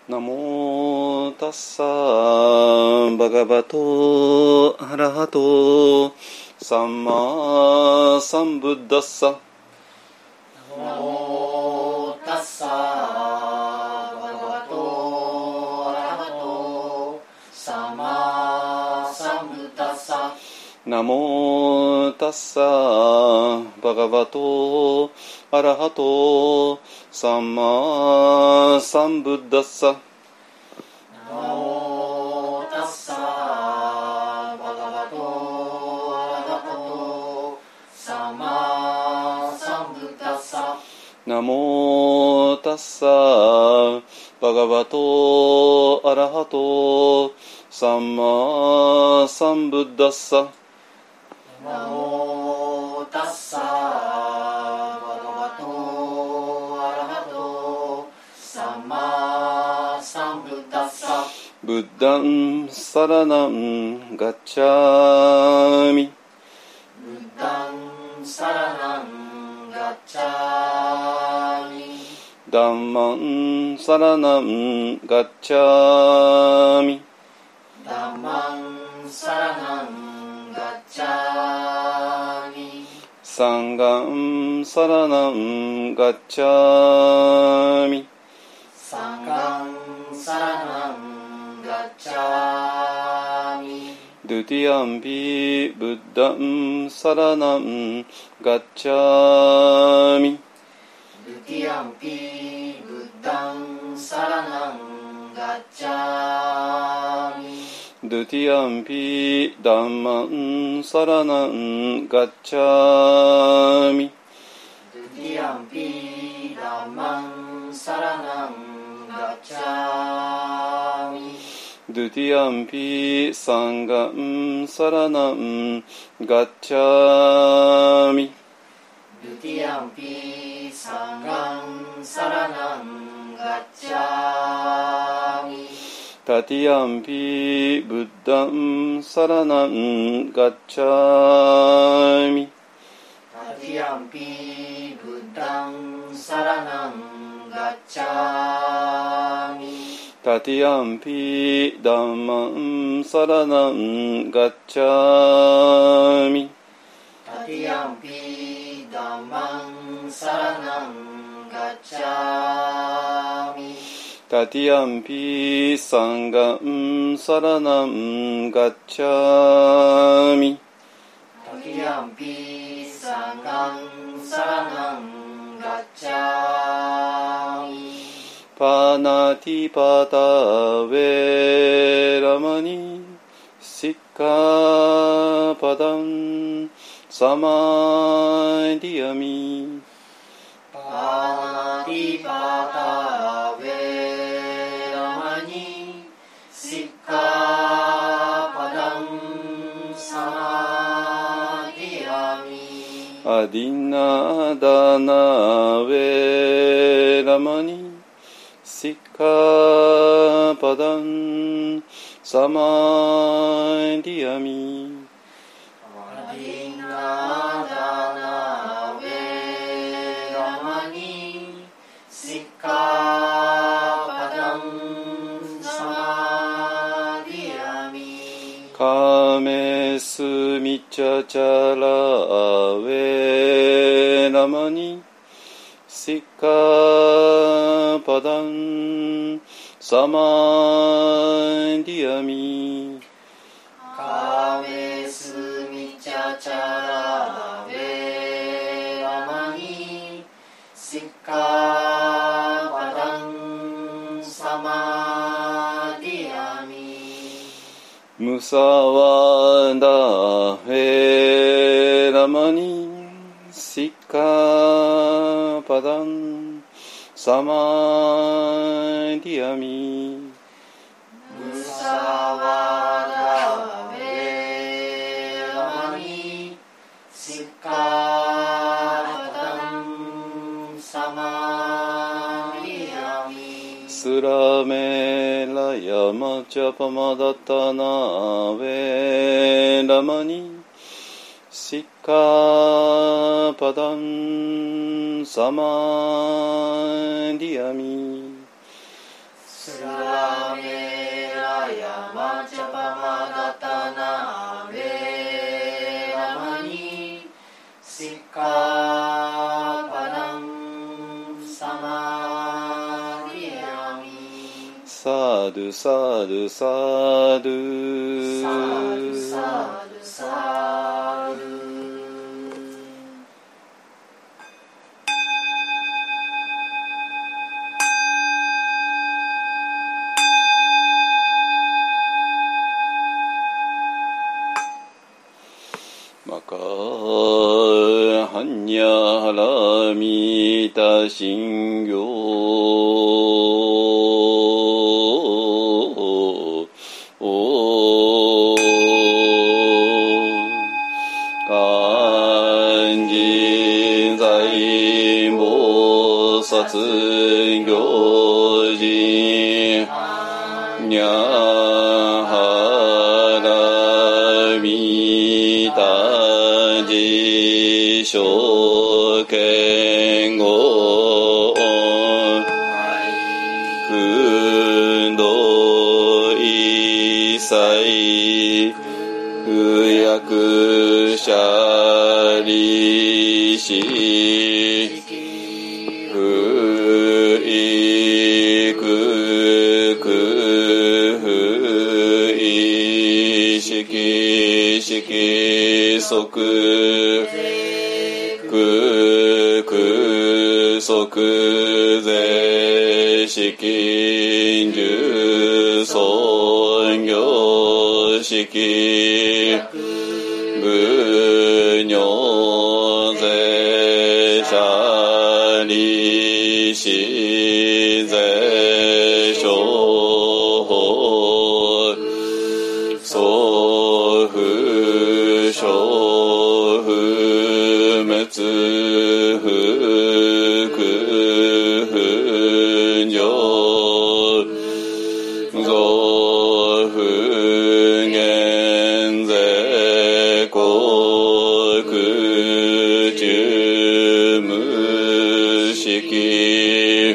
ナモタッサーバガバトアラハトサンマサンブッダッサ。 ナモタッサバガバトアラハトサンマサンブッダッサ。 ナモタッサーバガバトアラハトサンマサンブッダッサ。 ナモタッサバガバトアラハトサンマサンブッダッサ。 ナモタッサバガバトアラハトサンマサンブッダッサ。 ナモタッサバガバトアラハトサンマサンブッダッサ。 ブッダンサラナンガッチャミ。 ブッダンサラナンガッチャミ。 ダンマンサラナンガッチャミ。 ダンマンサラナンガッチャミ。 サンガンサラナンガッチャミ。 サンガンサラナンガッチャミ。 ドゥティアンピブッダンサラナンガッチャミ。 ドゥティアンピブッダンサラナンガッチャミ。 ドゥティアンピダンマンサラナンガッチャミ。 ドゥティアンピダンマンサラナンガッチャミ。 ドゥティアンピサンガンサラナンガッチャミ。 ドゥティアンピサンガンサラナンガッチャミ。 タティアンピブッダンサラナンガッチャミ。 タティアンピブッダンサラナンガッチャミ。 タティアンピダンマンサラナンガッチャミ。 タティアンピダンマンサラナンガッチャミ。 タティアンピサンガンサラナンガッチャミ。 タティアンピサンガンサラナンガッチャミ。 パナティパタウェラマニシッカパダンサマディアミ。 パナティパタウェラマニシッカパダンサマディアミ。 アディナダナウェラマニシッカパダンサマディアミ。 アディナダナウェラマニシッカパダンサマディアミ。 カメスミチャチャラウェラマニシッカパダンサマディアミ。 カメスミチャチャラウェラマニシッカパダンサマディアミ。 ムサワダウェラマニシッカパダンサマディアミ。 ムサワダウェラマニシッカパダンサマディアミ。 スラメラヤマチャパマダタナウェラマニシッカパダンサマディアミ。 スラパダンサマディヤミサードサードサードサードサードサードマカハンニャハラミタシンギョ漢字在菩薩行事にゃはらみたじしょけんごくんどいさい不役者利子不意くく不意識識即く即税識十尊行識無尿税者利子税諸法祖父諸不滅不空不上増不減税国中無識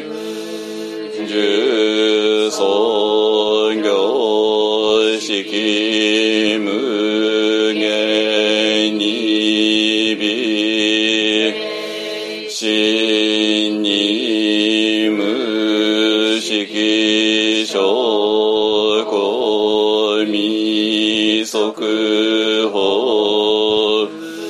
十尊行識無限に微真に無識証拠未速報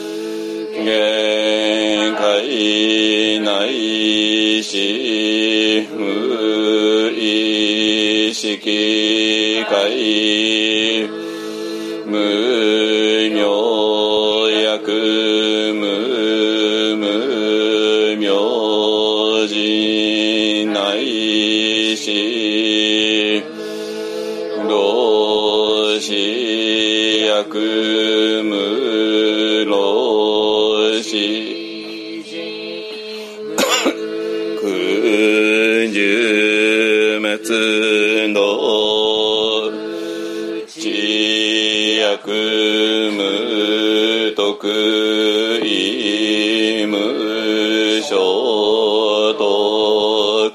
限界ないし無意識界無明薬無明人ないし老死薬無老死空十滅道知薬無徳意無所得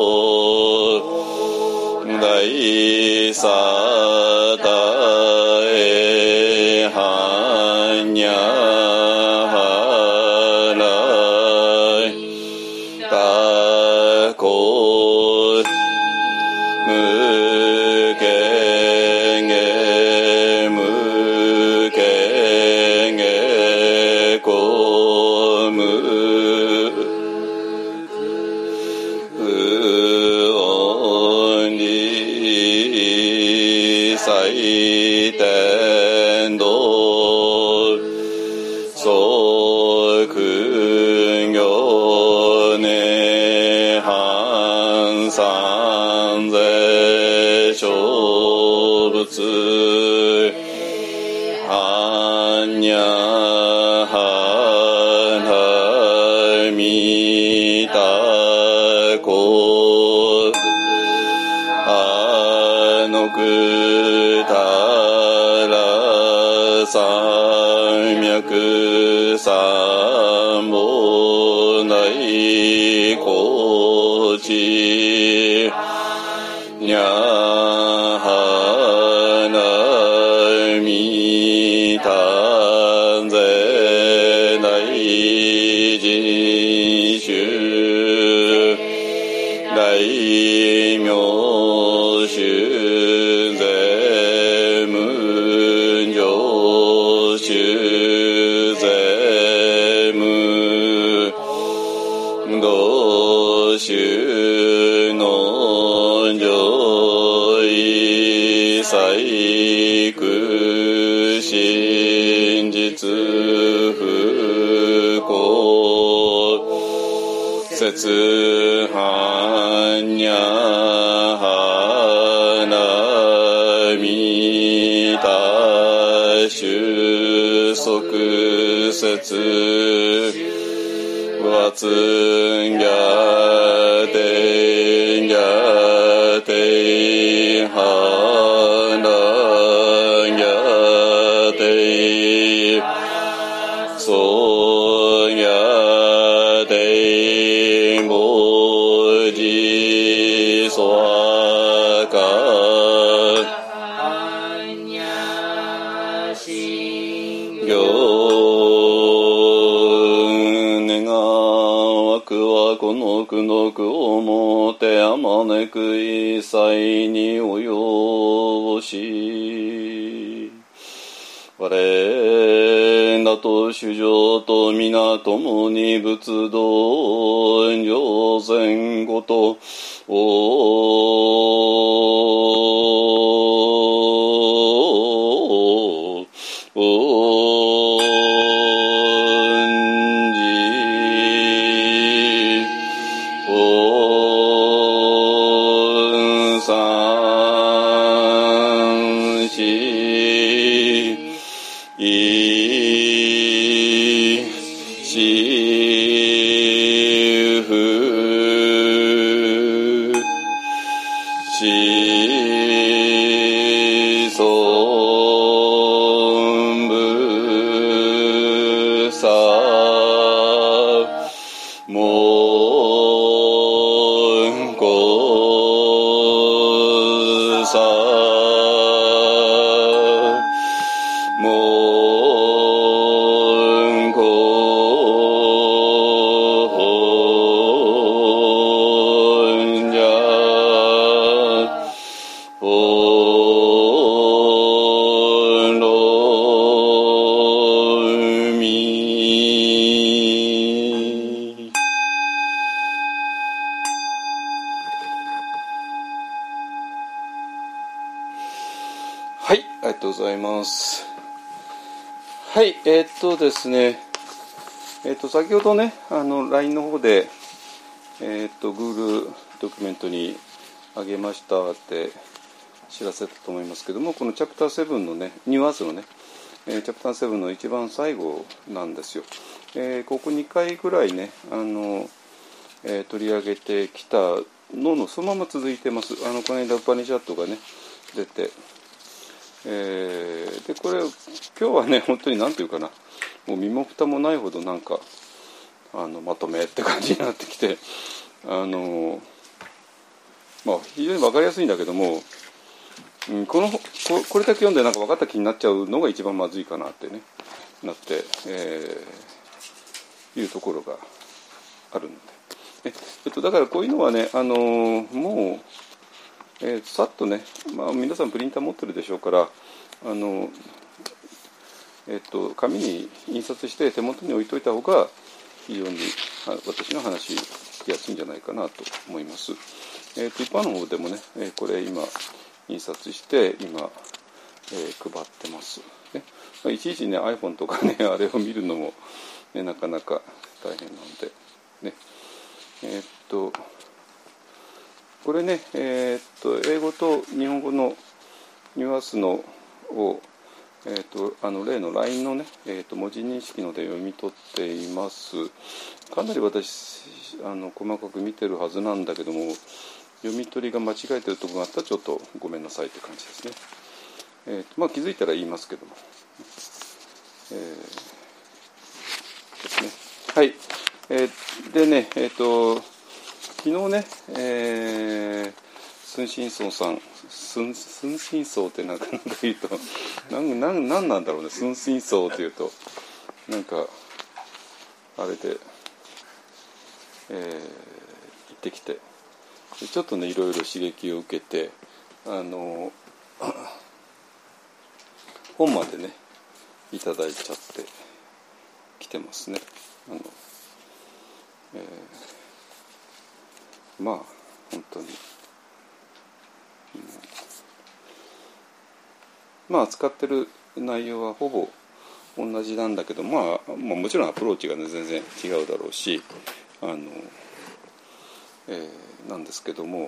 大サタエハンニャハライタコ無権ゲ無権ゲコ無不音理祭天道即行涅槃三世小仏般若波羅蜜多故阿のくたら三脈三もない高知にゃはなみたんぜない大名主税無常主税無道主の上位細工真実不公節半にゃ花見た収束節わつんぎゃてんぎゃてんはなぎゃてんそうぎゃてんぼじそわかこの苦毒をもってあまねく一切に及ぼし我らと主上と皆共に仏道上善語とですね、先ほどね、LINE の方で、Google ドキュメントにあげましたって知らせたと思いますけども、このチャプター7のね、ニュアンスのね、チャプター7の一番最後なんですよ。ここ2回ぐらいね、取り上げてきたののそのまま続いてます。この間ウパニシャットがね、出て、でこれ今日はね、本当に何ていうかな、もう身も蓋もないほどなんかまとめって感じになってきて、まあ非常に分かりやすいんだけども、これだけ読んでなんか分かった気になっちゃうのが一番まずいかなってねなって、いうところがあるので、だからこういうのはね、もう、さっとね、皆さんプリンター持ってるでしょうから、紙に印刷して手元に置いといた方が非常に私の話聞きやすいんじゃないかなと思います。一般の方でもね、これ今印刷して今、配ってます、ね。いちいちね iPhone とかねあれを見るのも、ね、なかなか大変なんでね。これね、英語と日本語のニュアンスのを例の LINE のね、文字認識ので読み取っています。かなり私細かく見てるはずなんだけども、読み取りが間違えてるところがあったらちょっとごめんなさいって感じですね。気づいたら言いますけども、ですね。はい。でね、昨日ね、寸心荘さん、寸心荘ってなんか言うとなんなんだろうね。寸心荘って言うとなんかあれで、行ってきて、 ちょっとねいろいろ刺激を受けて本までねいただいちゃってきてますね。まあ本当に、まあ扱ってる内容はほぼ同じなんだけど、まあもちろんアプローチがね全然違うだろうしなんですけども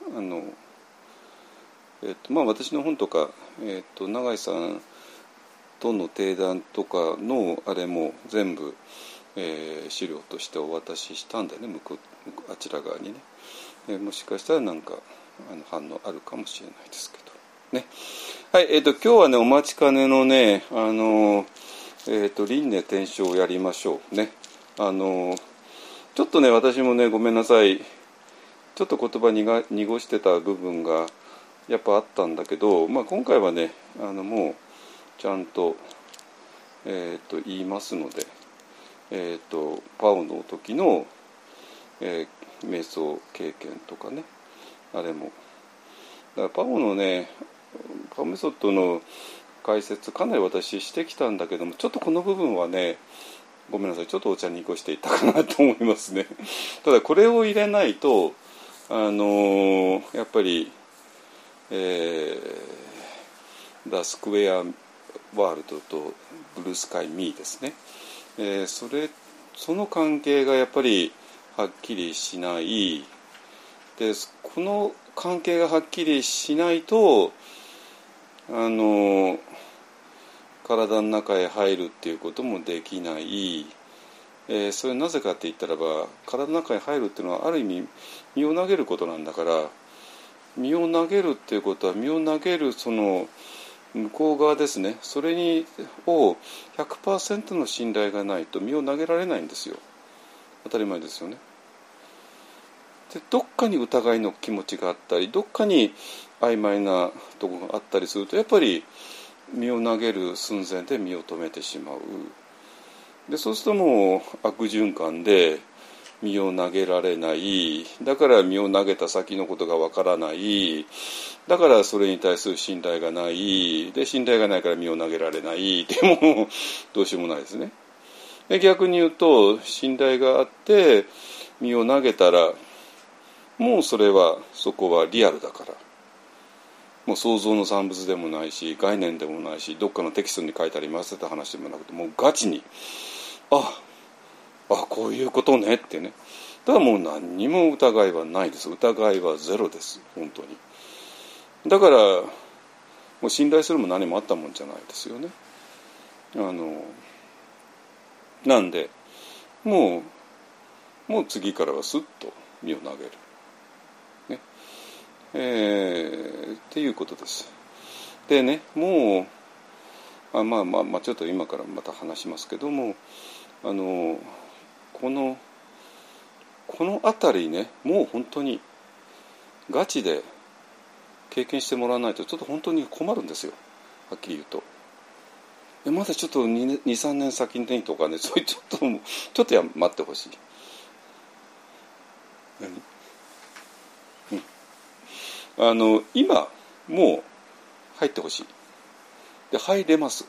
まあ私の本とか、永井さんとの定談とかのあれも全部、資料としてお渡ししたんだよね、あちら側にね、もしかしたらなんか反応あるかもしれないですけどね。はい、今日はねお待ちかねのね輪廻転生をやりましょうね。ちょっとね私もねごめんなさい、ちょっと言葉濁してた部分がやっぱあったんだけど、まあ、今回はねもうちゃんと、言いますので、パオの時の、瞑想経験とかね、あれもだからパオのねパオメソッドの解説かなり私してきたんだけども、ちょっとこの部分はねごめんなさい、ちょっとお茶に濁していったかなと思いますね。ただこれを入れないとやっぱり、The Square World とブルースカイミーですね、その関係がやっぱりはっきりしないで、この関係がはっきりしないと体の中へ入るっていうこともできない、それなぜかって言ったらば、体の中に入るっていうのはある意味身を投げることなんだから、身を投げるっていうことは身を投げるその向こう側ですね、それを 100% の信頼がないと身を投げられないんですよ。当たり前ですよね。でどっかに疑いの気持ちがあったり、どっかに曖昧なところがあったりすると、やっぱり身を投げる寸前で身を止めてしまう。でそうするともう悪循環で身を投げられない、だから身を投げた先のことがわからない、だからそれに対する信頼がない、で信頼がないから身を投げられない、でもどうしようもないですね。で逆に言うと信頼があって身を投げたら、もうそこはリアルだから、もう想像の産物でもないし概念でもないし、どっかのテキストに書いてありますって話でもなくて、もうガチにこういうことねってね。だからもう何にも疑いはないです。疑いはゼロです、本当に。だからもう信頼するも何もあったもんじゃないですよね。なんでもう次からはスッと身を投げるね、っていうことです。でね、もうまあちょっと今からまた話しますけども、この辺りね、もう本当にガチで経験してもらわないとちょっと本当に困るんですよ、はっきり言うと。まだちょっと 2、3年先にとかね、そういうちょっと待ってほしい。今もう入ってほしい。で入れます。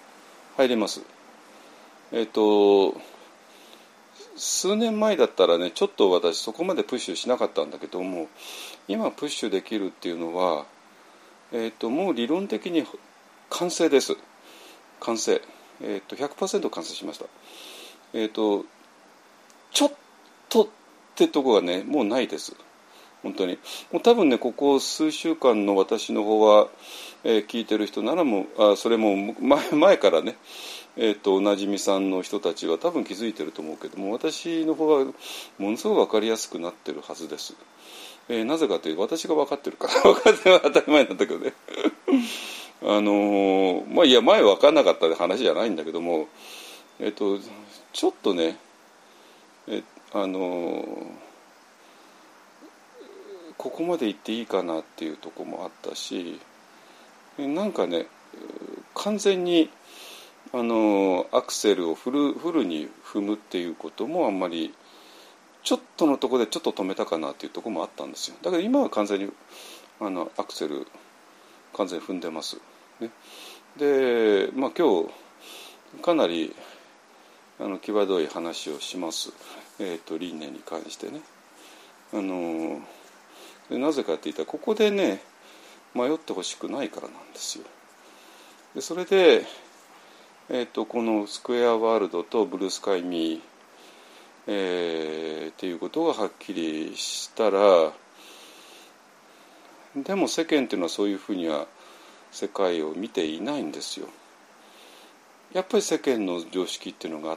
数年前だったらね、ちょっと私そこまでプッシュしなかったんだけども、今プッシュできるっていうのは、もう理論的に完成です。完成。100% 完成しました。ちょっとってとこがね、もうないです。本当に。もう多分ね、ここ数週間の私の方は、聞いてる人ならもう、それも前からね、おなじみさんの人たちは多分気づいてると思うけども、私の方はものすごく分かりやすくなってるはずです。なぜかというと私が分かってるから。分かってるのは当たり前なんだけどね。いや前分かんなかった話じゃないんだけども、ちょっとね、ここまで行っていいかなっていうところもあったし、なんかね、完全にアクセルをフルに踏むっていうこともあんまりちょっとのところでちょっと止めたかなっていうところもあったんですよ。だけど今は完全にアクセル完全に踏んでます、ね。で、今日かなり際どい話をします、輪廻に関してね。でなぜかって言ったらここでね迷ってほしくないからなんですよ。でそれで、このスクエアワールドとブルースカイミー、っていうことがはっきりしたら、でも世間っていうのはそういうふうには世界を見ていないんですよ。やっぱり世間の常識っていうのがあって、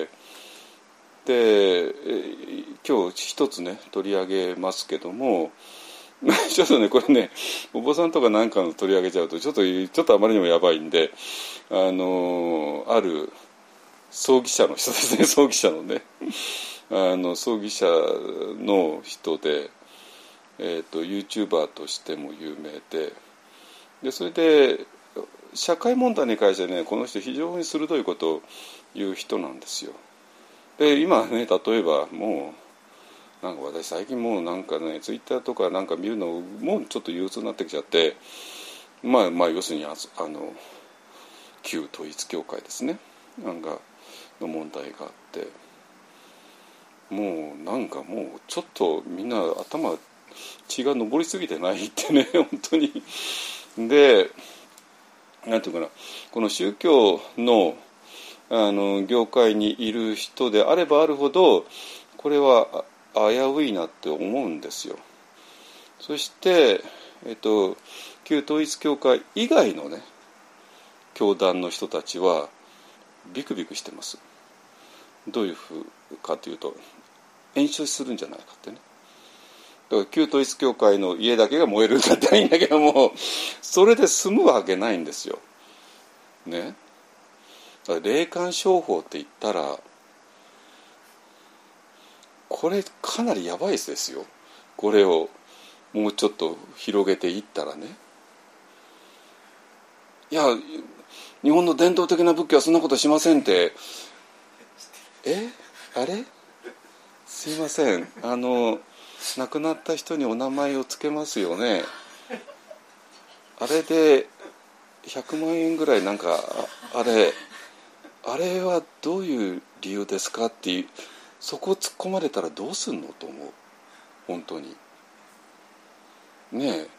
で今日一つね取り上げますけどもちょっとねこれねお坊さんとかなんかの取り上げちゃうとちょっとあまりにもやばいんで、ある葬儀社の人ですね、葬儀社のね葬儀社の人で、YouTuber としても有名で、それで社会問題に関してねこの人非常に鋭いことを言う人なんですよ。で今ね例えばもうなんか私最近もうなんかねツイッターとかなんか見るのもうちょっと憂鬱になってきちゃって、まあ要するに旧統一教会ですねなんかの問題があって、もうなんかもうちょっとみんな頭血が上りすぎてないってね本当に。でなんていうかな、この宗教の業界にいる人であればあるほどこれは危ういなって思うんですよ。そして、旧統一教会以外のね教団の人たちはビクビクしてます。どういうふうかというと炎症するんじゃないかってね。だから旧統一教会の家だけが燃えるんだったらいいんだけどもそれで済むわけないんですよね。だから霊感商法って言ったらこれかなりやばいですよ。これをもうちょっと広げていったらね、いや日本の伝統的な仏教はそんなことしませんって、あれすいません亡くなった人にお名前をつけますよね。あれで100万円ぐらいなんかあれはどういう理由ですかっていう、そこを突っ込まれたらどうすんのと思う本当にねえ。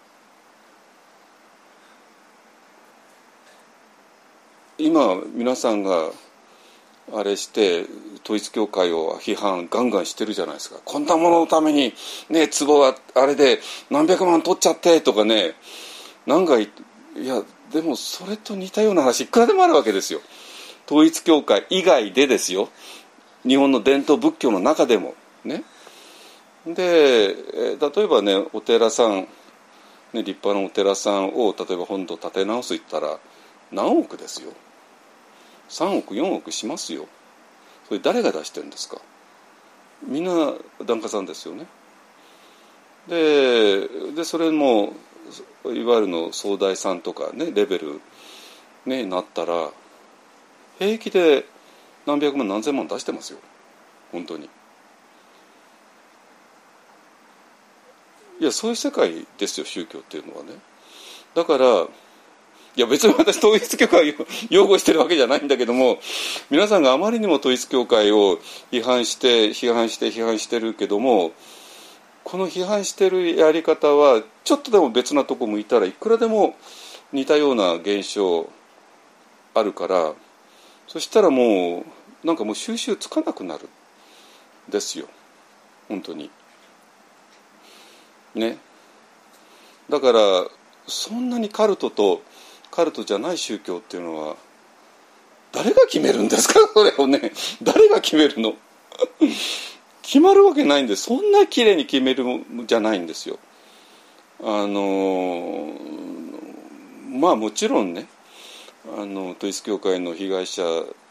今皆さんがあれして統一教会を批判ガンガンしてるじゃないですか。こんなもののためにね壺はあれで何百万取っちゃってとかね、なんかいやでもそれと似たような話いくらでもあるわけですよ。統一教会以外でですよ、日本の伝統仏教の中でもね。で例えばねお寺さん、ね、立派なお寺さんを例えば本土建て直すと言ったら何億ですよ。3億4億しますよ。それ誰が出してるんですか。みんな檀家さんですよね。でそれもいわゆるの総大さんとかねレベルねなったら平気で何百万何千万出してますよ本当に。いやそういう世界ですよ宗教っていうのはね。だからいや別に私統一教会を擁護してるわけじゃないんだけども、皆さんがあまりにも統一教会を批判してるけども、この批判してるやり方はちょっとでも別なとこ向いたらいくらでも似たような現象あるから、そしたらもうなんかもう収集つかなくなるんですよ本当にね。だからそんなにカルトじゃない宗教っていうのは誰が決めるんですかそれをね。誰が決めるの決まるわけないんで、そんな綺麗に決めるじゃないんですよ。まあもちろんね統一教会の被害者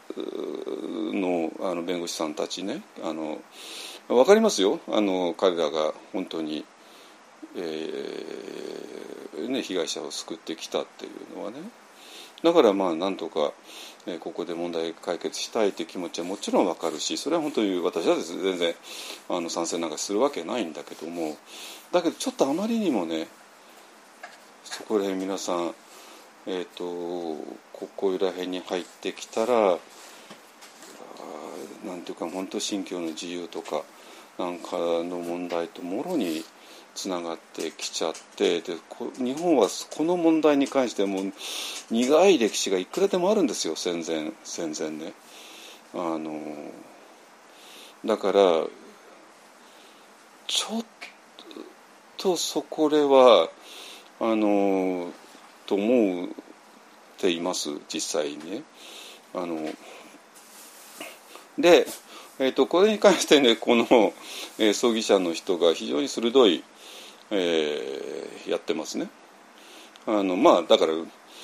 の弁護士さんたちね分かりますよ。彼らが本当に被害者を救ってきたっていうのはね。 だからなんとか、ここで問題解決したいという気持ちはもちろんわかるし、それは本当に私は全然賛成なんかするわけないんだけども、だけどちょっとあまりにもね、そこら辺皆さん、ここら辺に入ってきたら、なんていうか本当信教の自由とかなんかの問題ともろにつながってきちゃって、で日本はこの問題に関しても苦い歴史がいくらでもあるんですよ、戦前ね。だからちょっとそこではと思っています、実際にね。で、これに関してね、この、葬儀社の人が非常に鋭い、やってますね。だから、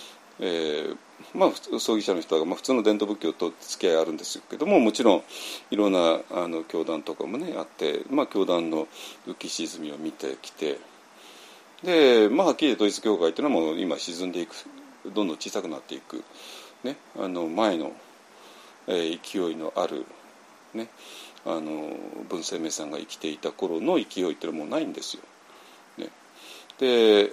葬儀社の人は、普通の伝統仏教と付き合いあるんですけども、もちろんいろんな教団とかもねあって、教団の浮き沈みを見てきて、ではっきり統一教会というのはもう今沈んでいく、どんどん小さくなっていく、ね、前の、勢いのある、ね、文鮮明さんが生きていた頃の勢いっていうのはもうないんですよ、ね。で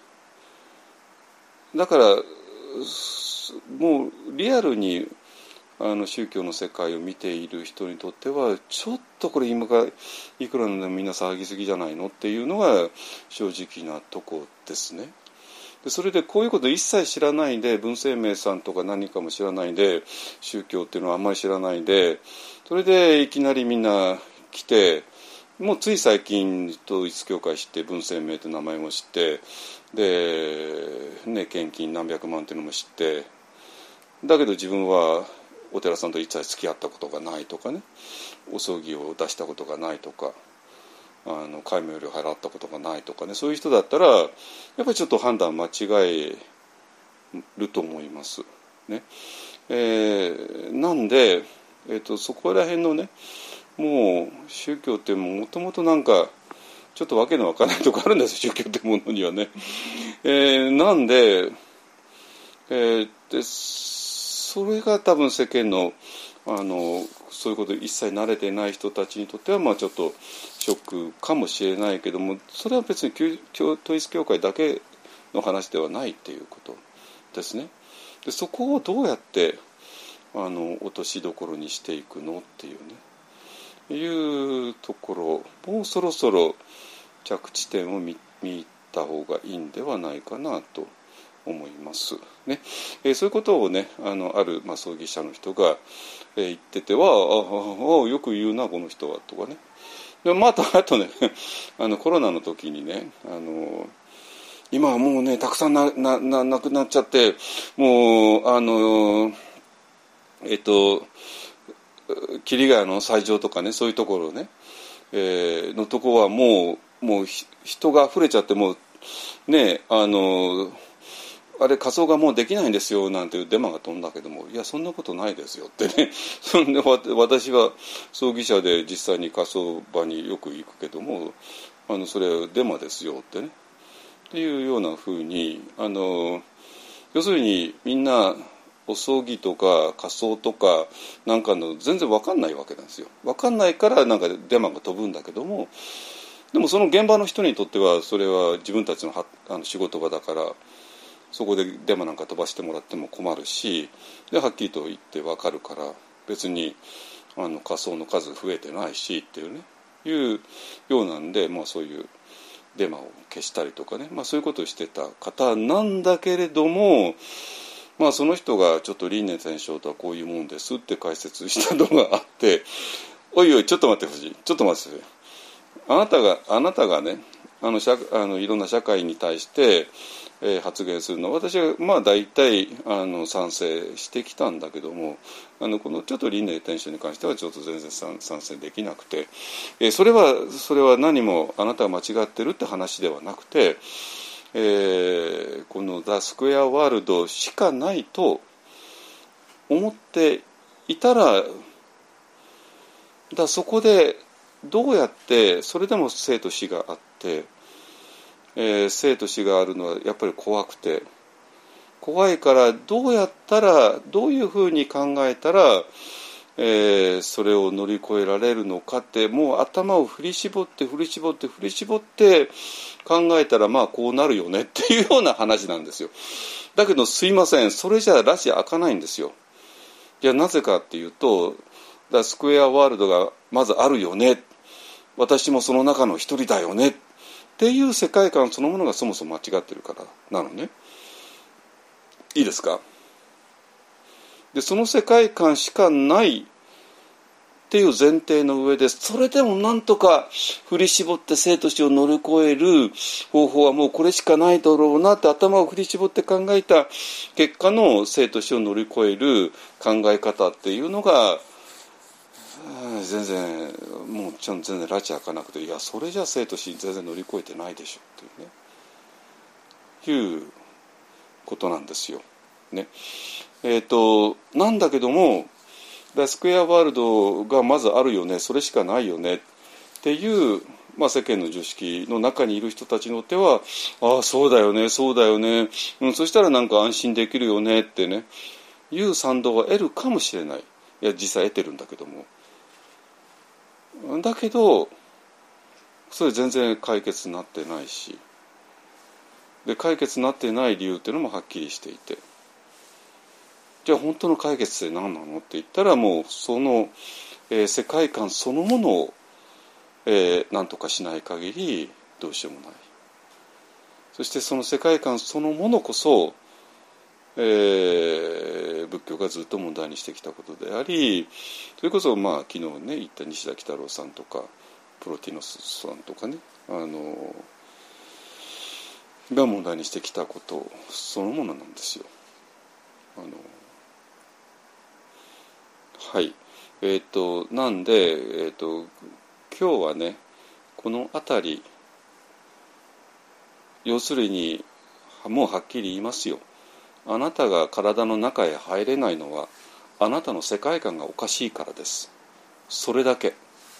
だからもうリアルに宗教の世界を見ている人にとってはちょっとこれ今がいくらなんでもみんな騒ぎすぎじゃないのっていうのが正直なとこですね。でそれでこういうこと一切知らないで、文鮮明さんとか何かも知らないで、宗教っていうのはあんまり知らないで、それでいきなりみんな来て、もうつい最近統一教会知って、文鮮明という名前も知って、で、献金何百万っていうのも知って、だけど自分はお寺さんと一切付き合ったことがないとかね、お葬儀を出したことがないとか、戒名料払ったことがないとかね、そういう人だったらやっぱりちょっと判断間違えると思います、ね。なんで、そこら辺のね、もう宗教ってもともとなんかちょっとわけのわからないとこあるんですよ、宗教ってものにはね。なんで、それが多分世間のそういうこと一切慣れていない人たちにとってはちょっとショックかもしれないけども、それは別に統一教会だけの話ではないっていうことですね。でそこをどうやって落としどころにしていくのっていうね、いうところ、もうそろそろ着地点を見た方がいいんではないかなと思いますね。そういうことをね、ある葬儀社の人が、言ってては、よく言うなこの人はとかね。であとねコロナの時にね、今はもうねたくさんなくなっちゃって、もう桐ヶ谷の斎場とかね、そういうところね、のとこはもう人が溢れちゃって、もうね、あれ火葬がもうできないんですよなんていうデマが飛んだけども、いやそんなことないですよってね。そんで私は葬儀社で実際に火葬場によく行くけども、それデマですよってね、っていうようなふうに要するにみんなお葬儀とか火葬とかなんかの全然分かんないわけなんですよ。分かんないからなんかデマが飛ぶんだけども、でもその現場の人にとってはそれは自分たちの仕事場だから、そこでデマなんか飛ばしてもらっても困るし、ではっきりと言って分かるから、別に火葬の数増えてないしっていうね、いうようなんで、そういうデマを消したりとかね、そういうことをしてた方なんだけれども、その人がちょっと輪廻転生とはこういうもんですって解説したのがあって、おいおいちょっと待ってほしい、ちょっと待ってほしい、あなたがね、いろんな社会に対して、発言するのは私は大体賛成してきたんだけども、このちょっと輪廻転生に関してはちょっと全然賛成できなくて、それは何もあなたが間違ってるって話ではなくて、このザ・スクエア・ワールドしかないと思っていたら、そこでどうやって、それでも生と死があって、生と死があるのはやっぱり怖くて、 怖いからどうやったらどういうふうに考えたら、それを乗り越えられるのかって、もう頭を振り絞って振り絞って振り絞って考えたら、まあこうなるよねっていうような話なんですよ。だけどすいません、それじゃラジ開かないんですよ。いや、なぜかっていうと、スクエアワールドがまずあるよね、私もその中の一人だよねっていう世界観そのものがそもそも間違ってるからなのね。いいですか。でその世界観しかないっていう前提の上で、それでもなんとか振り絞って生と死を乗り越える方法はもうこれしかないだろうなって頭を振り絞って考えた結果の生と死を乗り越える考え方っていうのが全然もう全然拉致開かなくて、いやそれじゃ生と死全然乗り越えてないでしょっていうことなんですよね。なんだけどもスクエアワールドがまずあるよね、それしかないよねっていう、まあ、世間の常識の中にいる人たちにとっては、ああそうだよねそうだよね、そしたらなんか安心できるよねってねいう賛同は得るかもしれない。いや実際得てるんだけども、だけどそれ全然解決になってないし、で解決になってない理由っていうのもはっきりしていて、じゃあ本当の解決って何なのって言ったら、もうその、世界観そのものを、何とかしない限りどうしようもない。そしてその世界観そのものこそ、仏教がずっと問題にしてきたことであり、それこそまあ昨日ね言った西田喜太郎さんとかプロティノスさんとかね、が問題にしてきたことそのものなんですよ。はい、なんで、今日はねこの辺り、要するにもうはっきり言いますよ。あなたが体の中へ入れないのはあなたの世界観がおかしいからです。それだけ。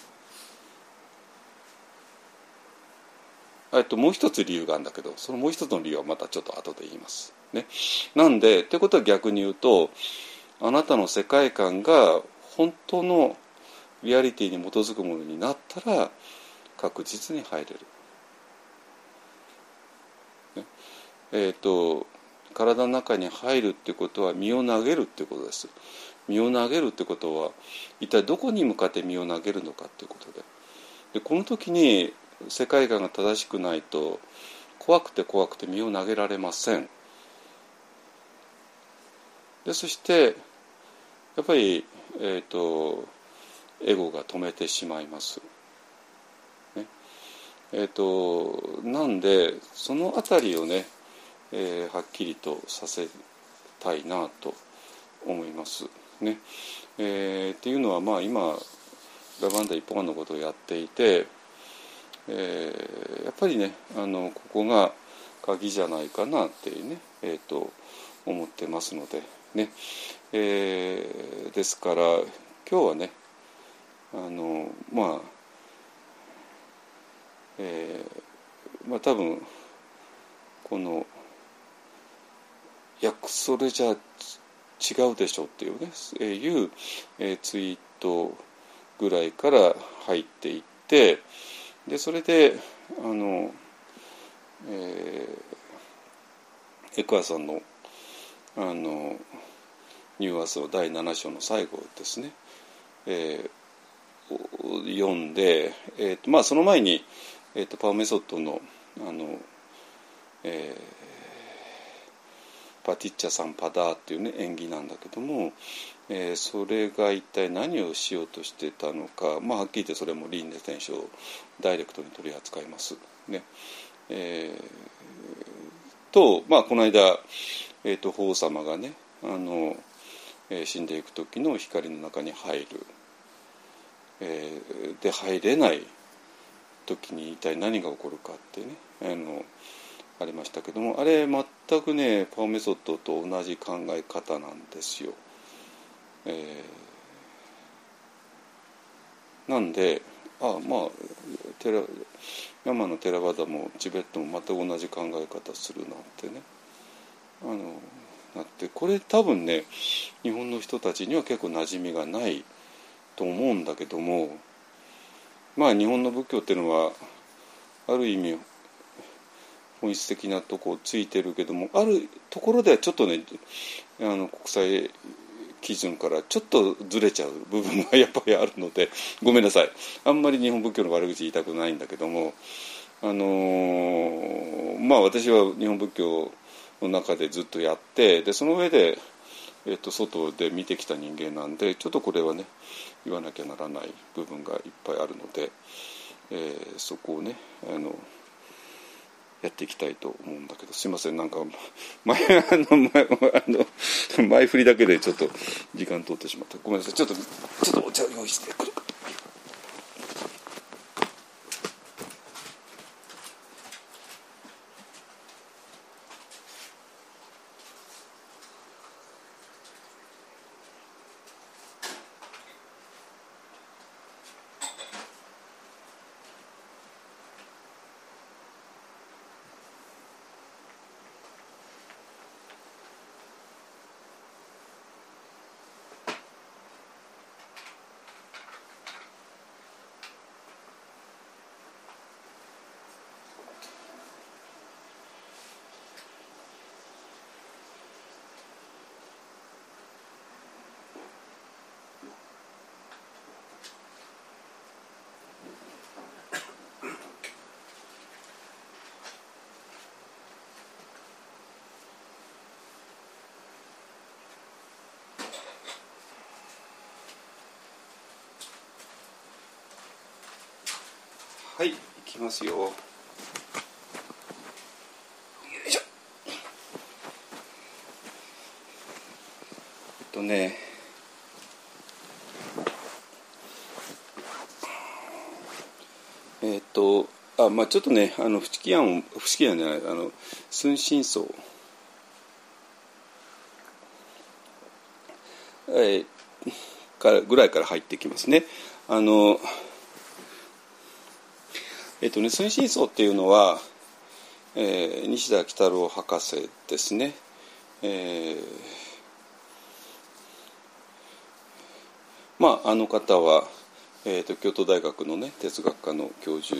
もう一つ理由があるんだけど、そのもう一つの理由はまたちょっと後で言いますね。なんでってことは逆に言うと、あなたの世界観が本当のリアリティに基づくものになったら確実に入れる、ね、体の中に入るってことは身を投げるってことです。身を投げるってことは一体どこに向かって身を投げるのかっていうことで、この時に世界観が正しくないと怖くて怖くて身を投げられません。でそしてやっぱり、エゴが止めてしまいます、ね。なんでそのあたりをね、はっきりとさせたいなと思いますね。っていうのはまあ今ラバンダ一本のことをやっていて、やっぱりねここが鍵じゃないかなっていうね、思ってますのでね、ですから今日はねまあ多分このそれじゃ違うでしょっていうね、ツイートぐらいから入っていって、でそれでエクアさんのニューアースの第7章の最後ですね、読んで、まあその前に、パウメソッドのパティッチャサンパダーっていうね演技なんだけども、それが一体何をしようとしてたのか、まあはっきり言ってそれも輪廻転生をダイレクトに取り扱いますね。まあこの間、法皇様がね死んでいく時の光の中に入る、で入れない時に一体何が起こるかってねありましたけども、あれ全くねパウメソッドと同じ考え方なんですよ。なんでまあ山のテラワダもチベットも全く同じ考え方するなんてねあって、これ多分ね日本の人たちには結構馴染みがないと思うんだけども、まあ日本の仏教っていうのはある意味本質的なとこついてるけども、あるところではちょっとね国際基準からちょっとずれちゃう部分がやっぱりあるので、ごめんなさい、あんまり日本仏教の悪口言いたくないんだけども、まあ私は日本仏教の中でずっとやって、でその上で、外で見てきた人間なんで、ちょっとこれはね言わなきゃならない部分がいっぱいあるので、そこをねやっていきたいと思うんだけど、すいません、なんか前振りだけでちょっと時間取ってしまった。ごめんなさい、ちょっとお茶を用意してくるか。はい、いきますよ。よいしょ。まあちょっとね不思議案じゃない寸心相、ぐらいから入ってきますね。寸心相っていうのは、西田幾多郎博士ですね。まああの方は、京都大学のね哲学科の教授、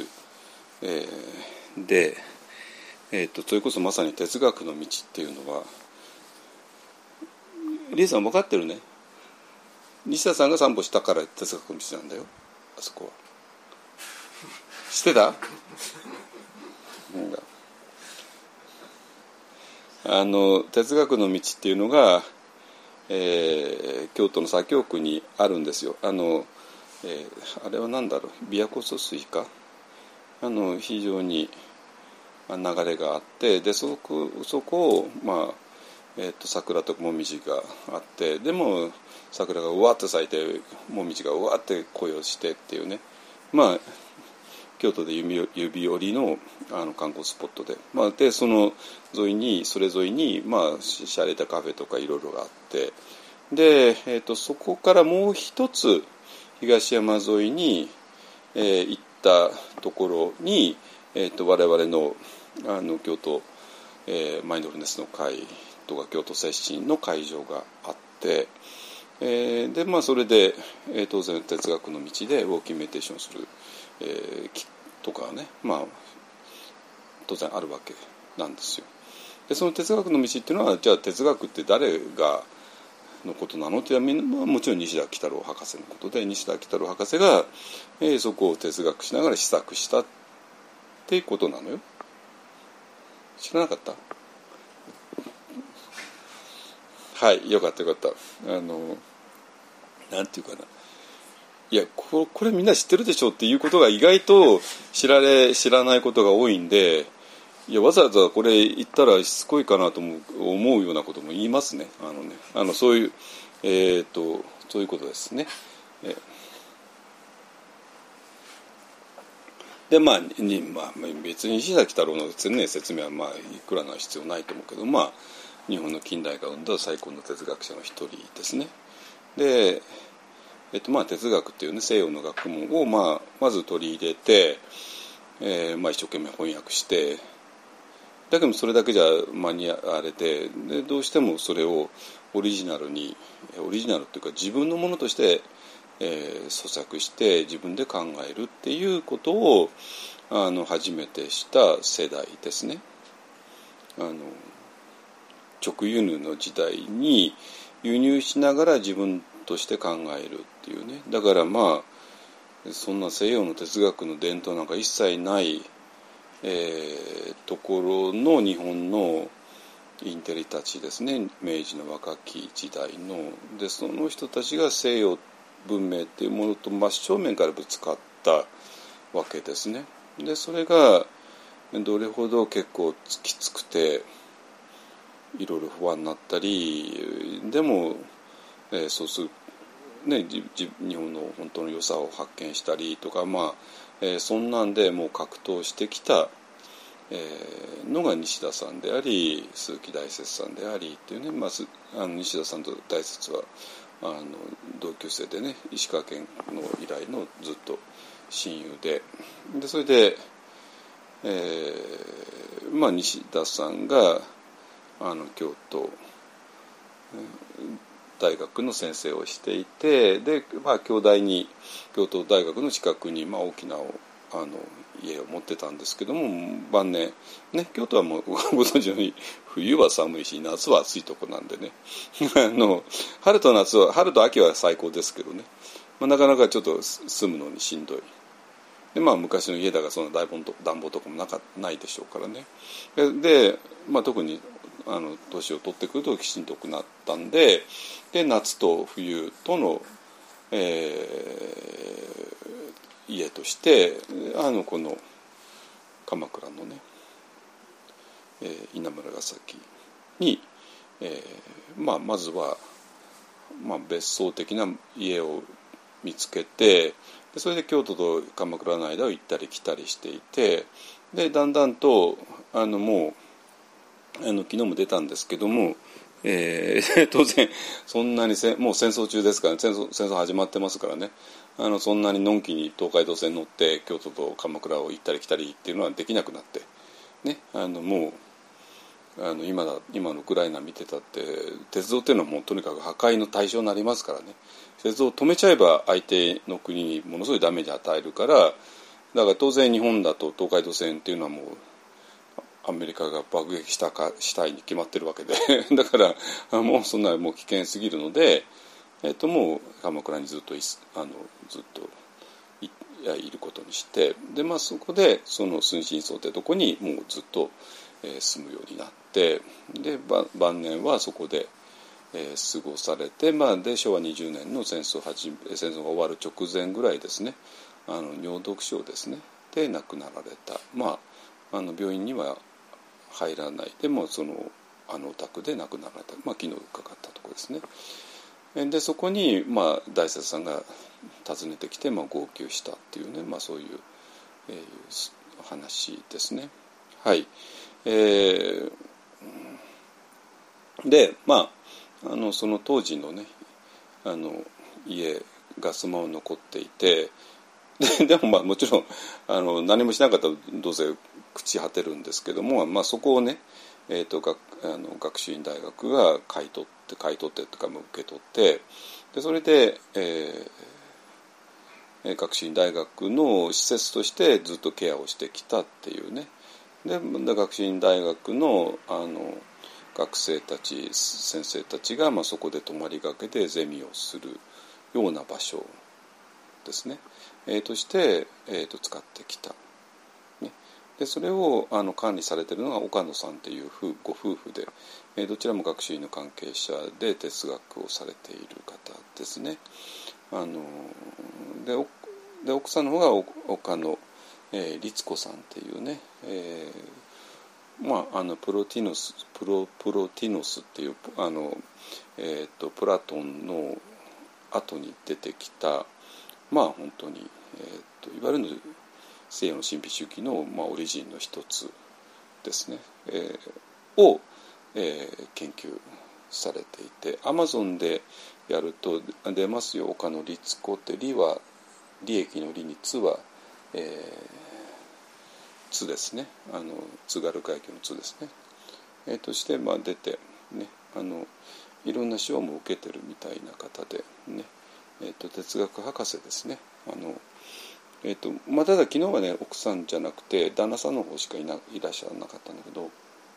で、それこそまさに哲学の道っていうのは、リエさん分かってるね。西田さんが散歩したから哲学の道なんだよ、あそこは。知ってた？哲学の道っていうのが、京都の左京区にあるんですよ。あれは何だろう、琵琶湖疏水か、非常に流れがあって、でそこを、まあ桜ともみじがあって、でも桜がうわって咲いてもみじがうわって恋をしてっていうね、まあ京都で指折りの観光スポットで、まあ、でそれ沿いに、まあ、しゃれたカフェとかいろいろがあって、で、そこからもう一つ東山沿いに、行ったところに、我々の京都、マインドフルネスの会とか京都接心の会場があって、でまあそれで、当然哲学の道でウォーキングメディテーションする、とかね、まあ当然あるわけなんですよ。でその哲学の道っていうのは、じゃあ哲学って誰がのことなのっていうのはもちろん西田幾多郎博士のことで、西田幾多郎博士が、そこを哲学しながら試作したっていうことなのよ。知らなかった？はい、よかったよかった。なんていうかな、いやこれみんな知ってるでしょっていうことが意外と知らないことが多いんで、いやわざわざこれ言ったらしつこいかなと思うようなことも言いますね。そういうそういうことですね。でまあ別に西田幾多郎の、説明はまあいくらな必要ないと思うけど、まあ日本の近代が生んだ最高の哲学者の一人ですね。で、まあ、哲学っていうね西洋の学問を、まず取り入れて、まあ、一生懸命翻訳して、 だけどそれだけじゃ間に合われて、でどうしてもそれをオリジナルっていうか自分のものとして、咀嚼して自分で考えるっていうことを初めてした世代ですね。直輸入の時代に輸入しながら自分として考えるっていうね。だからまあそんな西洋の哲学の伝統なんか一切ない、ところの日本のインテリたちですね、明治の若き時代ので、その人たちが西洋文明っていうものと真正面からぶつかったわけですね。でそれがどれほど結構きつくていろいろ不安になったり、でも、そうするね、日本の本当の良さを発見したりとか、まあそんなんでもう格闘してきた、のが西田さんであり鈴木大拙さんでありっていうね、まあ、西田さんと大拙は同級生でね、石川県の以来のずっと親友で、それで、まあ、西田さんが京都大学の先生をしていて、で、まあ、京都大学の近くに、まあ、大きな家を持ってたんですけども、晩年ね、京都はもうご存知のように冬は寒いし夏は暑いとこなんでね春と秋は最高ですけどね、まあ、なかなかちょっと住むのにしんどいで、まあ、昔の家だからそんな暖房とかもないでしょうからね。で、まあ、特に年を取ってくるとしんどくなったんで、夏と冬との、家としてこの鎌倉のね、稲村ヶ崎に、まあ、まずは、まあ、別荘的な家を見つけて、それで京都と鎌倉の間を行ったり来たりしていて、でだんだんともう昨日も出たんですけども、当然そんなにもう戦争中ですから、戦争始まってますからね、そんなにのんきに東海道線に乗って京都と鎌倉を行ったり来たりっていうのはできなくなって、ね、もう今のウクライナ見てたって鉄道っていうのはもうとにかく破壊の対象になりますからね。鉄道を止めちゃえば相手の国にものすごいダメージを与えるから、だから当然日本だと東海道線っていうのはもうアメリカが爆撃したいに決まってるわけでだからもうそんなもう危険すぎるので、もう鎌倉にずっといることにして、で、まあ、そこでその寸心荘ってとこにもうずっと、住むようになって、で晩年はそこで、過ごされて、まあ、で昭和20年の戦争が終わる直前ぐらいですね、尿毒症ですねで亡くなられた。まあ病院には入らないでもお宅で亡くなられた、まあ、昨日伺ったところですね。でそこに、まあ、大拙さんが訪ねてきて、まあ、号泣したっていうね、まあ、そういう、話ですね。はい。でまあその当時のね家がそのまま残っていて、でもまあもちろん何もしなかったらどうせ朽ち果てるんですけども、まあ、そこをね、学習院大学が買い取ってとかも受け取って、でそれで、学習院大学の施設としてずっとケアをしてきたっていうね。で学習院大学の学生たち先生たちが、まあ、そこで泊まりがけでゼミをするような場所ですね、として、使ってきた、ね、でそれを管理されているのが岡野さんというご夫婦で、どちらも学習院の関係者で哲学をされている方ですね。で奥さんの方が岡野、律子さんっていうね、まあ、プロティノスっていうプラトンの後に出てきた、まあ本当に、いわゆる西洋の神秘主義の、まあ、オリジンの一つですね、を、研究されていて、アマゾンでやると出ますよ。岡野律子って、利益の利につは、 津ですね、津軽海峡の津ですね、として出てね、いろんな賞も受けてるみたいな方でね、哲学博士ですね。ただ昨日はね奥さんじゃなくて旦那さんの方しかいらっしゃらなかったんだけど、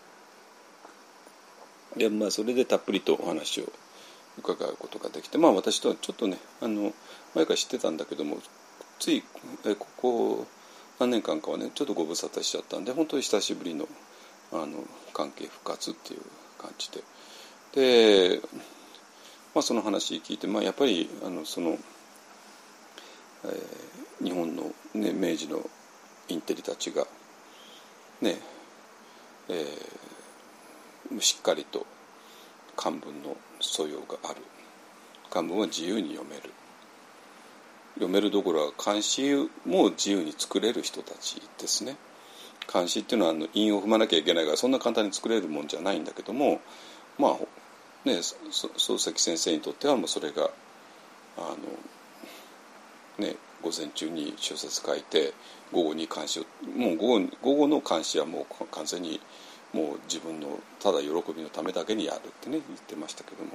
でそれでたっぷりとお話を伺うことができて、私とはちょっとね前から知ってたんだけども、ついここ何年間かはねちょっとご無沙汰しちゃったんで、本当に久しぶりの関係復活っていう感じで、その話聞いて、やっぱり日本の、ね、明治のインテリたちがね、しっかりと漢文の素養がある、漢文は自由に読めるどころか漢詩も自由に作れる人たちですね。漢詩っていうのは韻を踏まなきゃいけないからそんな簡単に作れるもんじゃないんだけども、漱石先生にとってはもうそれが午前中に小説書いて午後に漢詩をもう午後の漢詩はもう完全にもう自分のただ喜びのためだけにやるってね言ってましたけど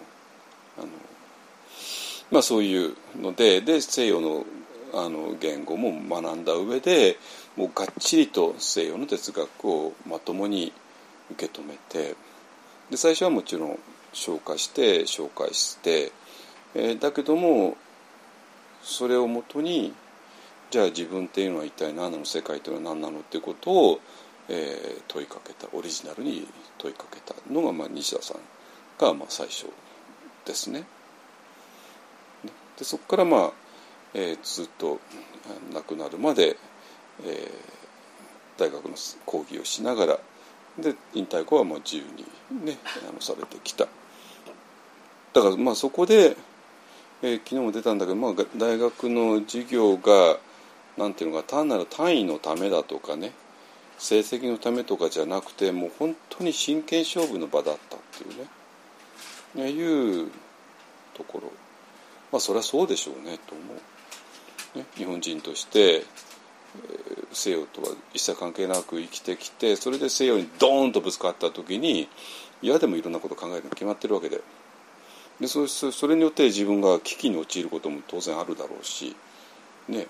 も、そういうので西洋の言語も学んだ上でもうがっちりと西洋の哲学をまともに受け止めて、で最初はもちろん紹介して、だけどもそれをもとにじゃあ自分っていうのは一体何なの、世界というのは何なのっていうことを、問いかけた、オリジナルに問いかけたのが、西田さんが最初ですね。でそこからずっと亡くなるまで、大学の講義をしながらで引退後は自由にねされてきた。だからそこで、昨日も出たんだけど、大学の授業がなんていうのか単なる単位のためだとかね成績のためとかじゃなくてもう本当に真剣勝負の場だったっていうねいうところ、そりゃそうでしょうねと思う、ね、日本人として西洋とは一切関係なく生きてきて、それで西洋にドーンとぶつかった時に嫌でもいろんなことを考えるの決まってるわけで、それによって自分が危機に陥ることも当然あるだろうしね。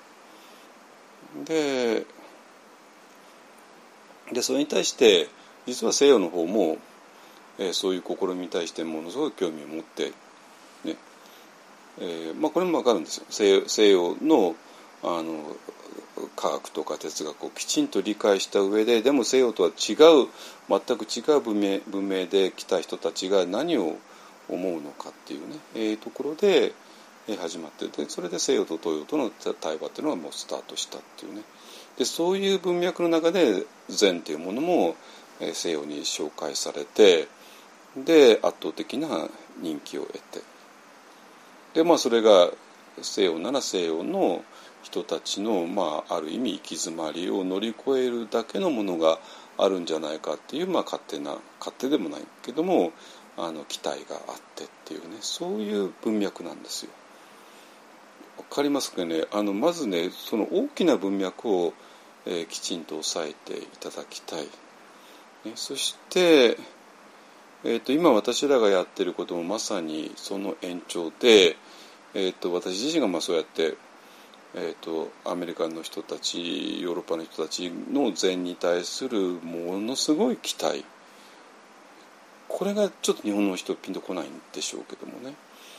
でそれに対して実は西洋の方も、そういう試みに対してものすごい興味を持ってね、これも分かるんですよ。西洋の科学とか哲学をきちんと理解した上で、でも西洋とは全く違う文明で来た人たちが何を思うのかっていうね、ところで始まってて、それで西洋と東洋との対話っていうのがもうスタートしたっていうね。でそういう文脈の中で禅っていうものも西洋に紹介されて、で圧倒的な人気を得て、でそれが西洋なら西洋の人たちのある意味行き詰まりを乗り越えるだけのものがあるんじゃないかっていう勝手でもないけども期待があってっていうね、そういう文脈なんですよ。わかりますかね。まずねその大きな文脈を、きちんと押さえていただきたい、ね、そして、今私らがやってることもまさにその延長で、私自身がそうやってアメリカの人たちヨーロッパの人たちの禅に対するものすごい期待、これがちょっと日本の人ピンとこないんでしょうけどもね、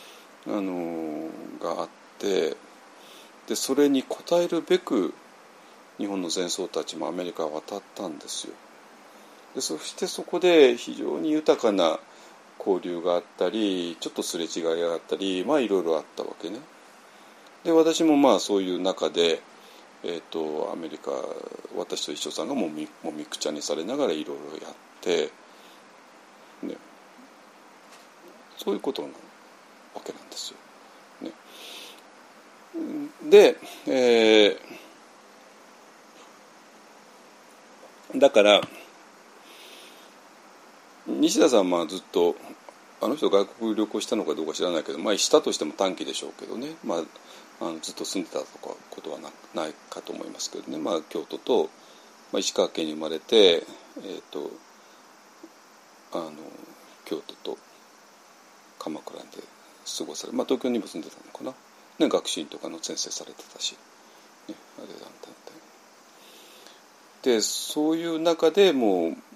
があって、でそれに応えるべく日本の禅僧たちもアメリカは渡ったんですよ。でそしてそこで非常に豊かな交流があったり、ちょっとすれ違いがあったり、いろいろあったわけね。で私もそういう中で、アメリカ私と一緒さんがもみくちゃにされながらいろいろやって、ね、そういうことなわけなんですよ。ね、で、だから西田さんはずっとあの人外国旅行したのかどうか知らないけど、したとしても短期でしょうけどね、ずっと住んでたとかことはないかと思いますけどね、京都と、 石川県に生まれて、京都と鎌倉で過ごされ、東京にも住んでたのかな、ね、学習院とかの先生されてたし、ね、あれだったんで、そういう中でもう、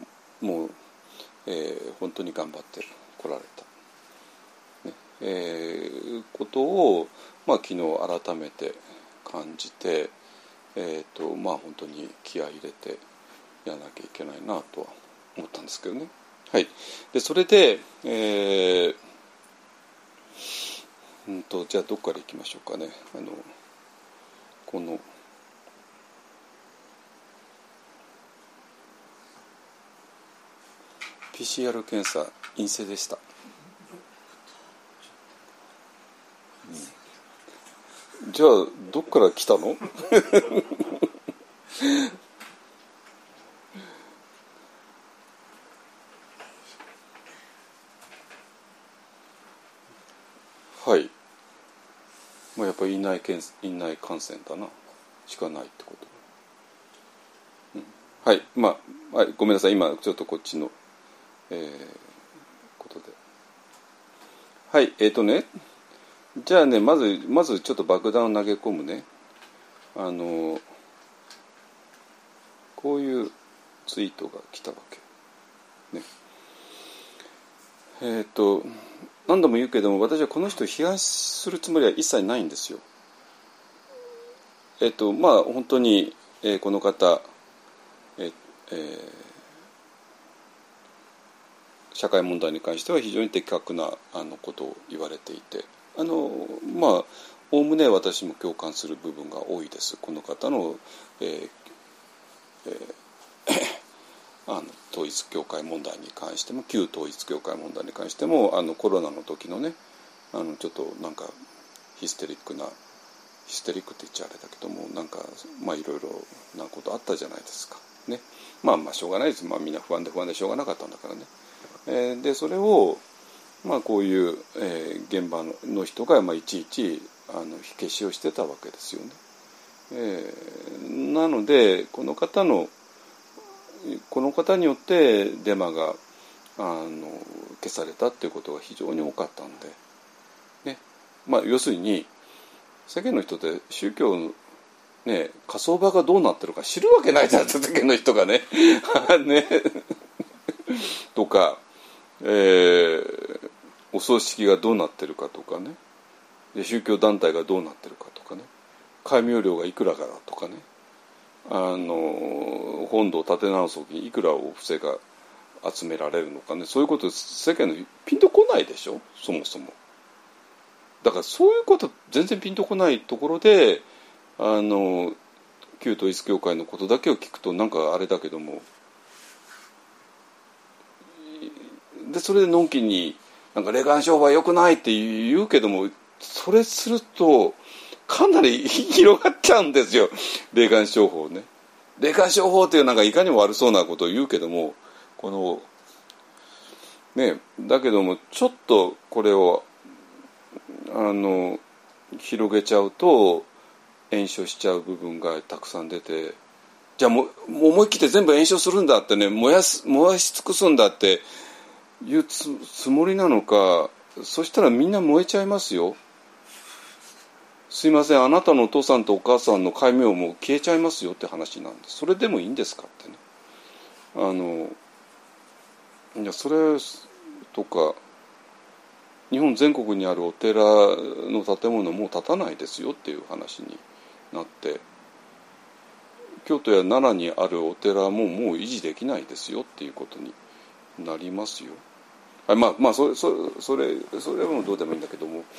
本当に頑張ってこられた、ねことを、昨日改めて感じて、本当に気合い入れてやらなきゃいけないなとは思ったんですけどね。はい。でそれで、じゃあどっから行きましょうかね。このPCR 検査陰性でした。じゃあどっから来たの？はい。やっぱり院内感染だなしかないってこと。はい。はい、ごめんなさい。今ちょっとこっちの、ことで。はい。じゃあね、まずちょっと爆弾を投げ込むね。こういうツイートが来たわけ。ね。何度も言うけども、私はこの人を批判するつもりは一切ないんですよ。本当に、この方、社会問題に関しては非常に的確なことを言われていて、おおむね私も共感する部分が多いです。この方の、統一教会問題に関しても、旧統一教会問題に関しても、コロナの時のね、ちょっとなんかヒステリックって言っちゃあれだけども、なんかいろいろなことあったじゃないですかね。しょうがないです。みんな不安でしょうがなかったんだからね。でそれをこういう、現場の人がいちいち火消しをしてたわけですよね。なのでこの方によってデマが消されたっていうことが非常に多かったんで、ね、要するに世間の人って宗教のね、火葬場がどうなってるか知るわけないじゃん、世間の人がね。ねとか、お葬式がどうなってるかとかね、で宗教団体がどうなってるかとかね、戒名料がいくらからとかね、本堂を建て直す時にいくらお布施が集められるのかね、そういうこと世間のピンとこないでしょ、そもそも。だからそういうこと全然ピンとこないところで旧統一教会のことだけを聞くとなんかあれだけども、でそれでのんきになんか霊感商法は良くないって言うけども、それするとかなり広がっちゃうんですよ、霊感商法ね。霊感商法っていうなんかいかにも悪そうなことを言うけども、このね、だけどもちょっとこれを広げちゃうと炎症しちゃう部分がたくさん出て、じゃあもう思い切って全部炎症するんだってね、燃やし尽くすんだっていうつもりなのか、そしたらみんな燃えちゃいますよ。すいません、あなたのお父さんとお母さんの戒名も消えちゃいますよって話なんです。それでもいいんですかってね。いやそれとか、日本全国にあるお寺の建物もう建たないですよっていう話になって、京都や奈良にあるお寺ももう維持できないですよっていうことになりますよ。それはもうどうでもいいんだけども、